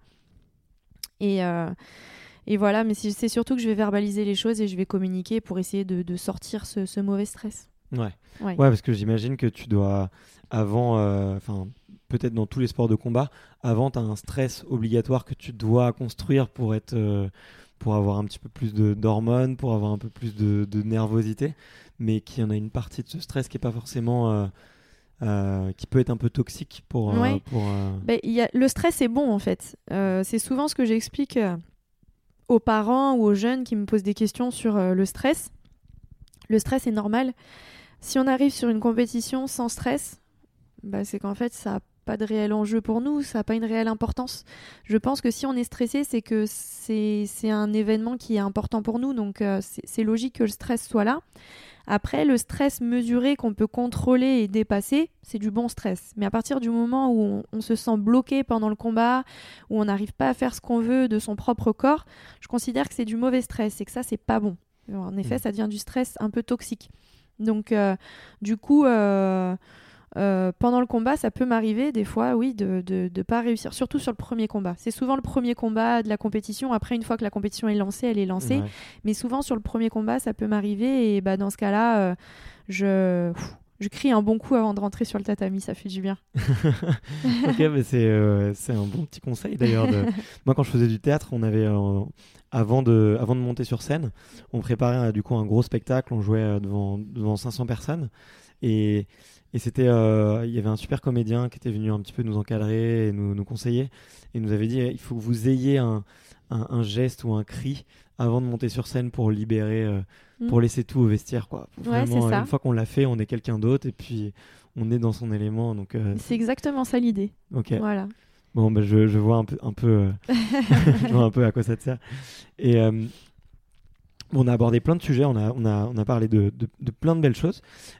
S5: Et voilà, mais c'est surtout que je vais verbaliser les choses et je vais communiquer pour essayer de sortir ce mauvais stress.
S4: Ouais, parce que j'imagine que tu dois, avant, peut-être dans tous les sports de combat, avant tu as un stress obligatoire que tu dois construire pour avoir un petit peu plus d'hormones, pour avoir un peu plus de nervosité, mais qu'il y en a une partie de ce stress qui est pas forcément qui peut être un peu toxique pour
S5: le stress est bon en fait. C'est souvent ce que j'explique aux parents ou aux jeunes qui me posent des questions sur le stress. Le stress est normal. Si on arrive sur une compétition sans stress, c'est qu'en fait ça n'a pas de réel enjeu pour nous, ça n'a pas une réelle importance. Je pense que si on est stressé, c'est que c'est un événement qui est important pour nous, donc c'est logique que le stress soit là. Après, le stress mesuré qu'on peut contrôler et dépasser, c'est du bon stress. Mais à partir du moment où on se sent bloqué pendant le combat, où on n'arrive pas à faire ce qu'on veut de son propre corps, je considère que c'est du mauvais stress et que ça, c'est pas bon. En effet, ça devient du stress un peu toxique. Donc, du coup, pendant le combat, ça peut m'arriver des fois, oui, de pas réussir, surtout sur le premier combat. C'est souvent le premier combat de la compétition. Après, une fois que la compétition est lancée, elle est lancée. Ouais. Mais souvent, sur le premier combat, ça peut m'arriver. Et dans ce cas-là, je crie un bon coup avant de rentrer sur le tatami. Ça fait du bien.
S4: Ok, mais c'est un bon petit conseil d'ailleurs. Moi, quand je faisais du théâtre, on avait... Avant de monter sur scène, on préparait du coup un gros spectacle, on jouait devant 500 personnes et c'était, il y avait un super comédien qui était venu un petit peu nous encadrer et nous conseiller et nous avait dit il faut que vous ayez un geste ou un cri avant de monter sur scène pour libérer, pour laisser tout au vestiaire, quoi. Vraiment,
S5: c'est ça.
S4: Une fois qu'on l'a fait, on est quelqu'un d'autre et puis on est dans son élément. Donc,
S5: c'est exactement ça l'idée.
S4: Ok.
S5: Voilà.
S4: Bon, je vois un peu je vois un peu à quoi ça te sert. Et on a abordé plein de sujets, on a parlé de plein de belles choses.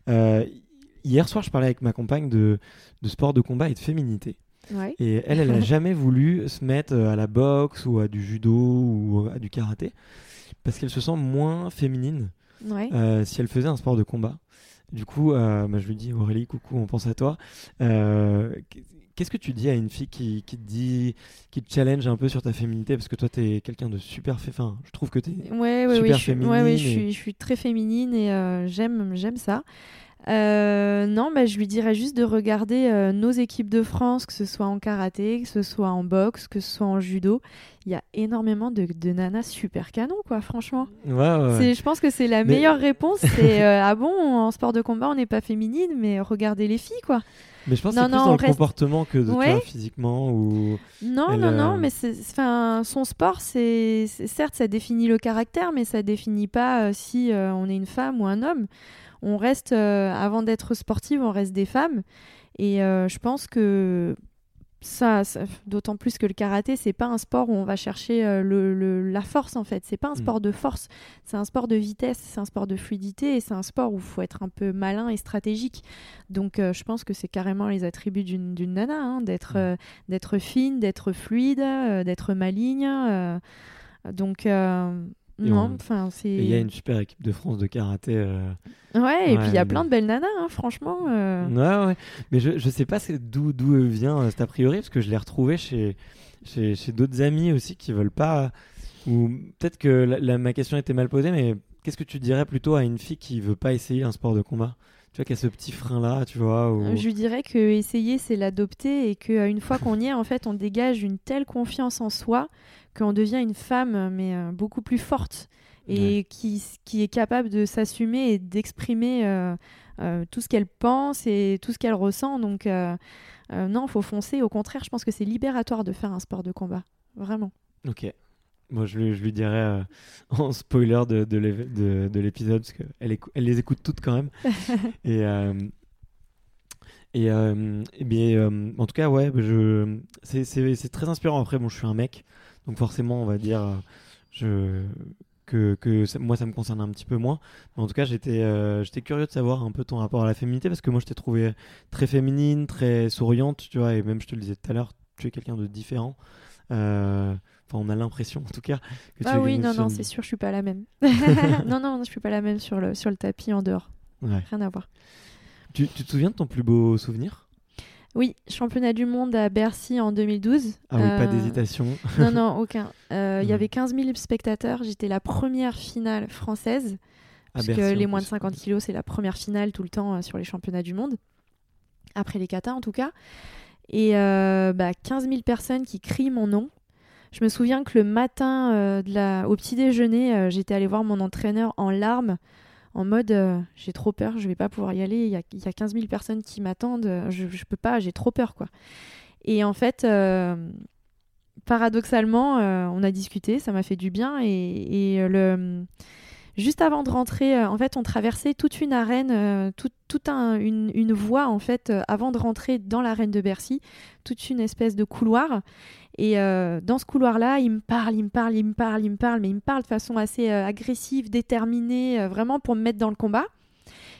S4: Hier soir, je parlais avec ma compagne de sport de combat et de féminité.
S5: Ouais.
S4: Et elle a jamais voulu se mettre à la boxe ou à du judo ou à du karaté parce qu'elle se sent moins féminine si elle faisait un sport de combat. Du coup, je lui dis Aurélie, coucou, on pense à toi. Qu'est-ce que tu dis à une fille qui te challenge un peu sur ta féminité, parce que toi t'es quelqu'un de super féminin. Je trouve que t'es super féminine.
S5: Je suis très féminine et j'aime ça. Non, je lui dirais juste de regarder nos équipes de France, que ce soit en karaté, que ce soit en boxe, que ce soit en judo. Il y a énormément de nanas super canon, quoi, franchement.
S4: Ouais.
S5: Je pense que c'est la meilleure réponse. C'est ah bon, en sport de combat, on n'est pas féminine, mais regardez les filles, quoi.
S4: Mais je pense que c'est plus dans le comportement que de toi physiquement ou...
S5: Non, mais son sport, c'est certes, ça définit le caractère, mais ça définit pas si on est une femme ou un homme. On reste, avant d'être sportive, on reste des femmes. Et je pense que ça, d'autant plus que le karaté, c'est pas un sport où on va chercher la force, en fait. C'est pas un sport de force. C'est un sport de vitesse, c'est un sport de fluidité et c'est un sport où il faut être un peu malin et stratégique. Donc, je pense que c'est carrément les attributs d'une nana, hein, d'être fine, d'être fluide, d'être maligne. Non, c'est...
S4: Il y a une super équipe de France de karaté.
S5: Et puis il y a plein de belles nanas, hein, franchement.
S4: Ouais. Mais je sais pas d'où vient cet a priori, parce que je l'ai retrouvé chez d'autres amis aussi qui veulent pas... Ou peut-être que ma question était mal posée, mais qu'est-ce que tu dirais plutôt à une fille qui veut pas essayer un sport de combat ? Tu vois, qu'il y a ce petit frein-là, tu vois.
S5: Je lui dirais que essayer, c'est l'adopter et qu'une fois qu'on y est, en fait, on dégage une telle confiance en soi qu'on devient une femme, mais beaucoup plus forte et qui est capable de s'assumer et d'exprimer tout ce qu'elle pense et tout ce qu'elle ressent. Donc, non, il faut foncer. Au contraire, je pense que c'est libératoire de faire un sport de combat. Vraiment.
S4: Ok. Moi, je lui dirais en spoiler de l'épisode, parce qu'elle les écoute toutes quand même. En tout cas, ouais, c'est très inspirant. Après, bon, je suis un mec, donc forcément, on va dire moi, ça me concerne un petit peu moins. Mais en tout cas, j'étais curieux de savoir un peu ton rapport à la féminité, parce que moi, je t'ai trouvé très féminine, très souriante, tu vois, et même, je te le disais tout à l'heure, tu es quelqu'un de différent. On a l'impression, en tout cas.
S5: Non, c'est sûr, je suis pas la même. non, je suis pas la même sur le tapis en dehors.
S4: Ouais.
S5: Rien à voir.
S4: Tu te souviens de ton plus beau souvenir ?
S5: Oui, championnat du monde à Bercy en 2012.
S4: Ah oui, pas d'hésitation.
S5: Non, aucun. Il y avait 15 000 spectateurs. J'étais la première finale française. Parce que les moins de 50 kilos, c'est la première finale tout le temps sur les championnats du monde. Après les katas, en tout cas. Et 15 000 personnes qui crient mon nom. Je me souviens que le matin, au petit déjeuner, j'étais allée voir mon entraîneur en larmes, en mode j'ai trop peur, je vais pas pouvoir y aller, il y a 15 000 personnes qui m'attendent, je peux pas, j'ai trop peur, quoi. Et en fait, paradoxalement, on a discuté, ça m'a fait du bien juste avant de rentrer, en fait, on traversait toute une arène, une voie, en fait, avant de rentrer dans l'arène de Bercy, toute une espèce de couloir. Et dans ce couloir-là, il me parle, mais il me parle de façon assez agressive, déterminée, vraiment pour me mettre dans le combat.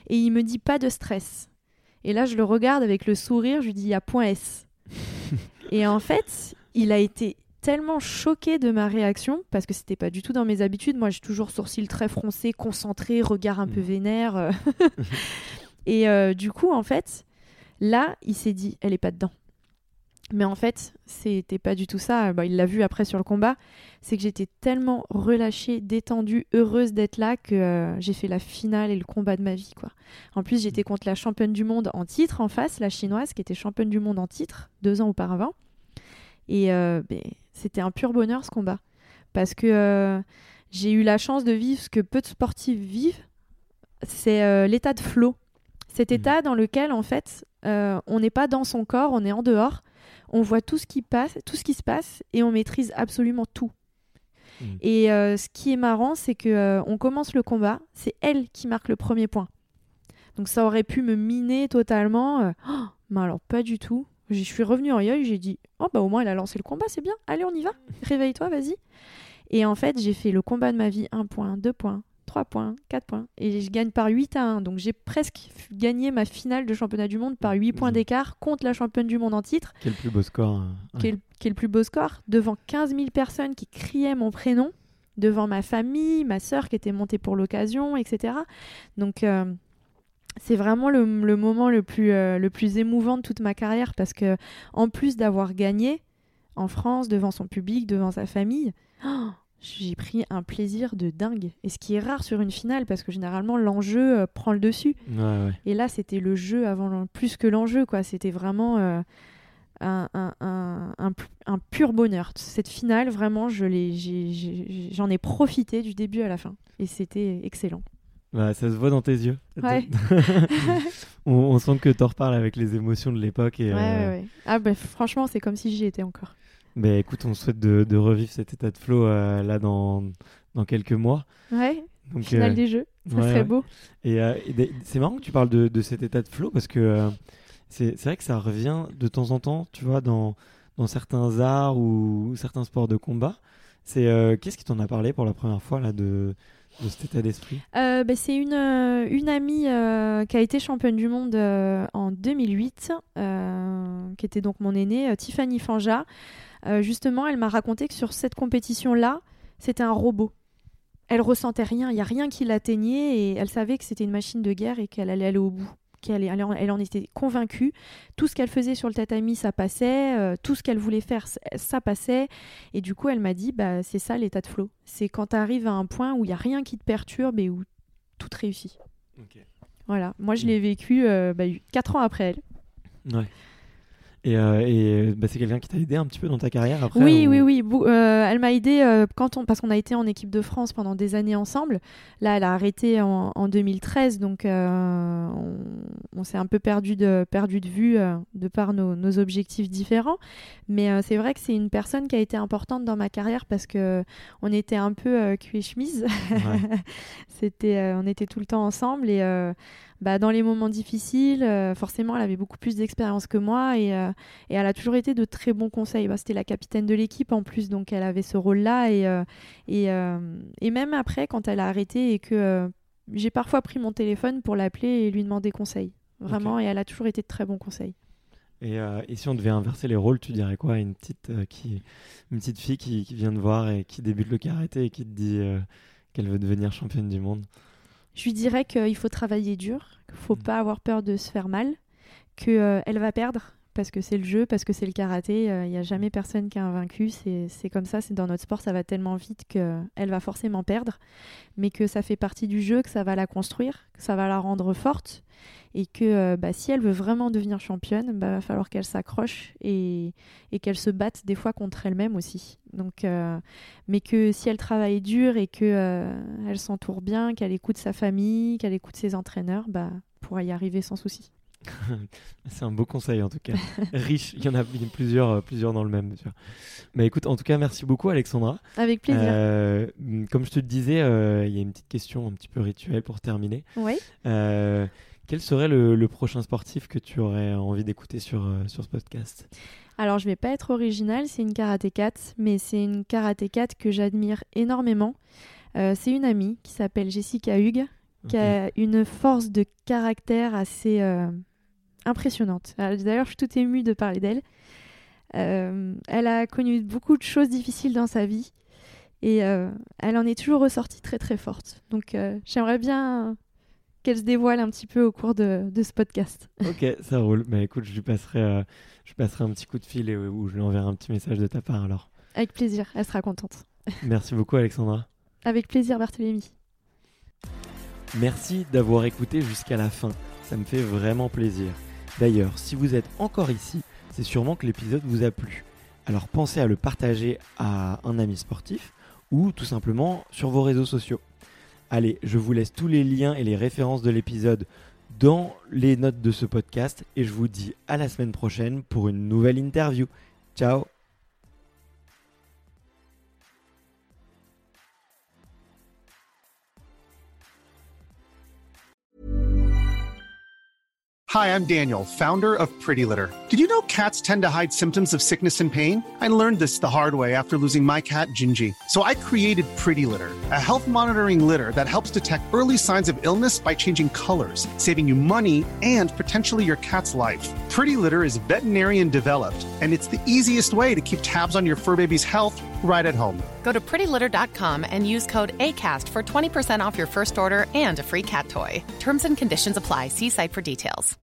S5: Et il me dit pas de stress. Et là, je le regarde avec le sourire, je lui dis il y a point S. Et en fait, il a été tellement choqué de ma réaction, parce que c'était pas du tout dans mes habitudes. Moi, j'ai toujours sourcils très froncés, concentrés, regard un peu vénère. Et du coup, en fait, là, il s'est dit, elle est pas dedans. Mais en fait, c'était pas du tout ça. Il l'a vu après sur le combat. C'est que j'étais tellement relâchée, détendue, heureuse d'être là que j'ai fait la finale et le combat de ma vie, quoi. En plus, j'étais contre la championne du monde en titre en face, la chinoise, qui était championne du monde en titre 2 ans auparavant. Et c'était un pur bonheur, ce combat. Parce que j'ai eu la chance de vivre ce que peu de sportifs vivent. C'est l'état de flow. Cet état dans lequel, en fait, on n'est pas dans son corps, on est en dehors. On voit tout ce qui se passe et on maîtrise absolument tout. Et ce qui est marrant, c'est qu'on commence le combat, c'est elle qui marque le premier point. Donc ça aurait pu me miner totalement. Mais alors pas du tout. Je suis revenue en yoï, j'ai dit « Oh bah au moins elle a lancé le combat, c'est bien. Allez, on y va. Réveille-toi, vas-y. » Et en fait, j'ai fait le combat de ma vie. 1 point, 2 points, 3 points, 4 points. Et je gagne par 8-1. Donc j'ai presque gagné ma finale de championnat du monde par 8 points d'écart contre la championne du monde en titre.
S4: Quel plus beau score.
S5: Quel plus beau score. Devant 15 000 personnes qui criaient mon prénom. Devant ma famille, ma sœur qui était montée pour l'occasion, etc. Donc c'est vraiment le moment le plus émouvant de toute ma carrière, parce que en plus d'avoir gagné en France, devant son public, devant sa famille, j'ai pris un plaisir de dingue. Et ce qui est rare sur une finale, parce que généralement l'enjeu prend le dessus.
S4: Ouais.
S5: Et là, c'était le jeu plus que l'enjeu, quoi. C'était vraiment un pur bonheur. Cette finale, vraiment, j'en ai profité du début à la fin. Et c'était excellent.
S4: Ça se voit dans tes yeux.
S5: Ouais.
S4: on sent que tu en reparles avec les émotions de l'époque. Et,
S5: ouais. Ah franchement, c'est comme si j'y étais encore.
S4: Écoute, on souhaite de revivre cet état de flow là dans quelques mois.
S5: Ouais,
S4: donc,
S5: finale des Jeux, ça serait beau.
S4: Et c'est marrant que tu parles de cet état de flow, parce que c'est vrai que ça revient de temps en temps, tu vois, dans certains arts ou certains sports de combat. Qu'est-ce qui t'en a parlé pour la première fois là, de cet état d'esprit?
S5: C'est une amie qui a été championne du monde en 2008, qui était donc mon aînée, Tiffany Fanja. Justement, elle m'a raconté que sur cette compétition-là, c'était un robot. Elle ressentait rien, il n'y a rien qui l'atteignait, et elle savait que c'était une machine de guerre et qu'elle allait aller au bout. Elle en était convaincue. Tout ce qu'elle faisait sur le tatami, ça passait. Tout ce qu'elle voulait faire, ça passait. Et du coup, elle m'a dit, c'est ça l'état de flow. C'est quand tu arrives à un point où il n'y a rien qui te perturbe et où tout te réussit. Okay. Voilà. Moi, je l'ai vécu 4 ans après elle.
S4: Ouais. Et c'est quelqu'un qui t'a aidé un petit peu dans ta carrière après?
S5: Oui. Elle m'a aidé parce qu'on a été en équipe de France pendant des années ensemble. Là, elle a arrêté en 2013, donc on s'est un peu perdu de vue de par nos objectifs différents. Mais c'est vrai que c'est une personne qui a été importante dans ma carrière, parce qu'on était un peu cul et chemise. Ouais. On était tout le temps ensemble, et dans les moments difficiles, forcément, elle avait beaucoup plus d'expérience que moi, et elle a toujours été de très bons conseils. C'était la capitaine de l'équipe en plus, donc elle avait ce rôle-là, et même après, quand elle a arrêté et que j'ai parfois pris mon téléphone pour l'appeler et lui demander conseil. Vraiment, okay. Et elle a toujours été de très bons conseils.
S4: Et si on devait inverser les rôles, tu dirais quoi à une petite fille qui vient te voir et qui débute le karaté et qui te dit qu'elle veut devenir championne du monde?
S5: Je lui dirais qu'il faut travailler dur, qu'il ne faut pas avoir peur de se faire mal, qu'elle va perdre, parce que c'est le jeu, parce que c'est le karaté. Il n'y a jamais personne qui est invaincu. C'est comme ça, c'est dans notre sport, ça va tellement vite qu'elle va forcément perdre, mais que ça fait partie du jeu, que ça va la construire, que ça va la rendre forte, et que si elle veut vraiment devenir championne, va falloir qu'elle s'accroche et qu'elle se batte des fois contre elle-même aussi. Donc, mais que si elle travaille dur et qu'elle s'entoure bien, qu'elle écoute sa famille, qu'elle écoute ses entraîneurs, pourra y arriver sans souci.
S4: C'est un beau conseil en tout cas. Riche, il y en a plusieurs dans le même. Mais écoute, en tout cas, merci beaucoup Alexandra.
S5: Avec plaisir.
S4: Comme je te le disais, il y a une petite question un petit peu rituelle pour terminer.
S5: Oui.
S4: Quel serait le prochain sportif que tu aurais envie d'écouter sur ce podcast?
S5: Alors, je vais pas être originale, c'est une karatékate, mais c'est une karatékate que j'admire énormément. C'est une amie qui s'appelle Jessica Hugues, qui a une force de caractère assez impressionnante. D'ailleurs, je suis toute émue de parler d'elle. Elle a connu beaucoup de choses difficiles dans sa vie et elle en est toujours ressortie très très forte. Donc j'aimerais bien qu'elle se dévoile un petit peu au cours de ce podcast.
S4: Ok, ça roule. Bah écoute, je lui passerai un petit coup de fil ou je lui enverrai un petit message de ta part alors.
S5: Avec plaisir, elle sera contente.
S4: Merci beaucoup Alexandra.
S5: Avec plaisir Barthélémy.
S4: Merci d'avoir écouté jusqu'à la fin, ça me fait vraiment plaisir. D'ailleurs, si vous êtes encore ici, c'est sûrement que l'épisode vous a plu. Alors pensez à le partager à un ami sportif ou tout simplement sur vos réseaux sociaux. Allez, je vous laisse tous les liens et les références de l'épisode dans les notes de ce podcast et je vous dis à la semaine prochaine pour une nouvelle interview. Ciao!
S7: Hi, I'm Daniel, founder of Pretty Litter. Did you know cats tend to hide symptoms of sickness and pain? I learned this the hard way after losing my cat, Gingy. So I created Pretty Litter, a health monitoring litter that helps detect early signs of illness by changing colors, saving you money and potentially your cat's life. Pretty Litter is veterinarian developed, and it's the easiest way to keep tabs on your fur baby's health right at home.
S8: Go to prettylitter.com and use code ACAST for 20% off your first order and a free cat toy. Terms and conditions apply. See site for details.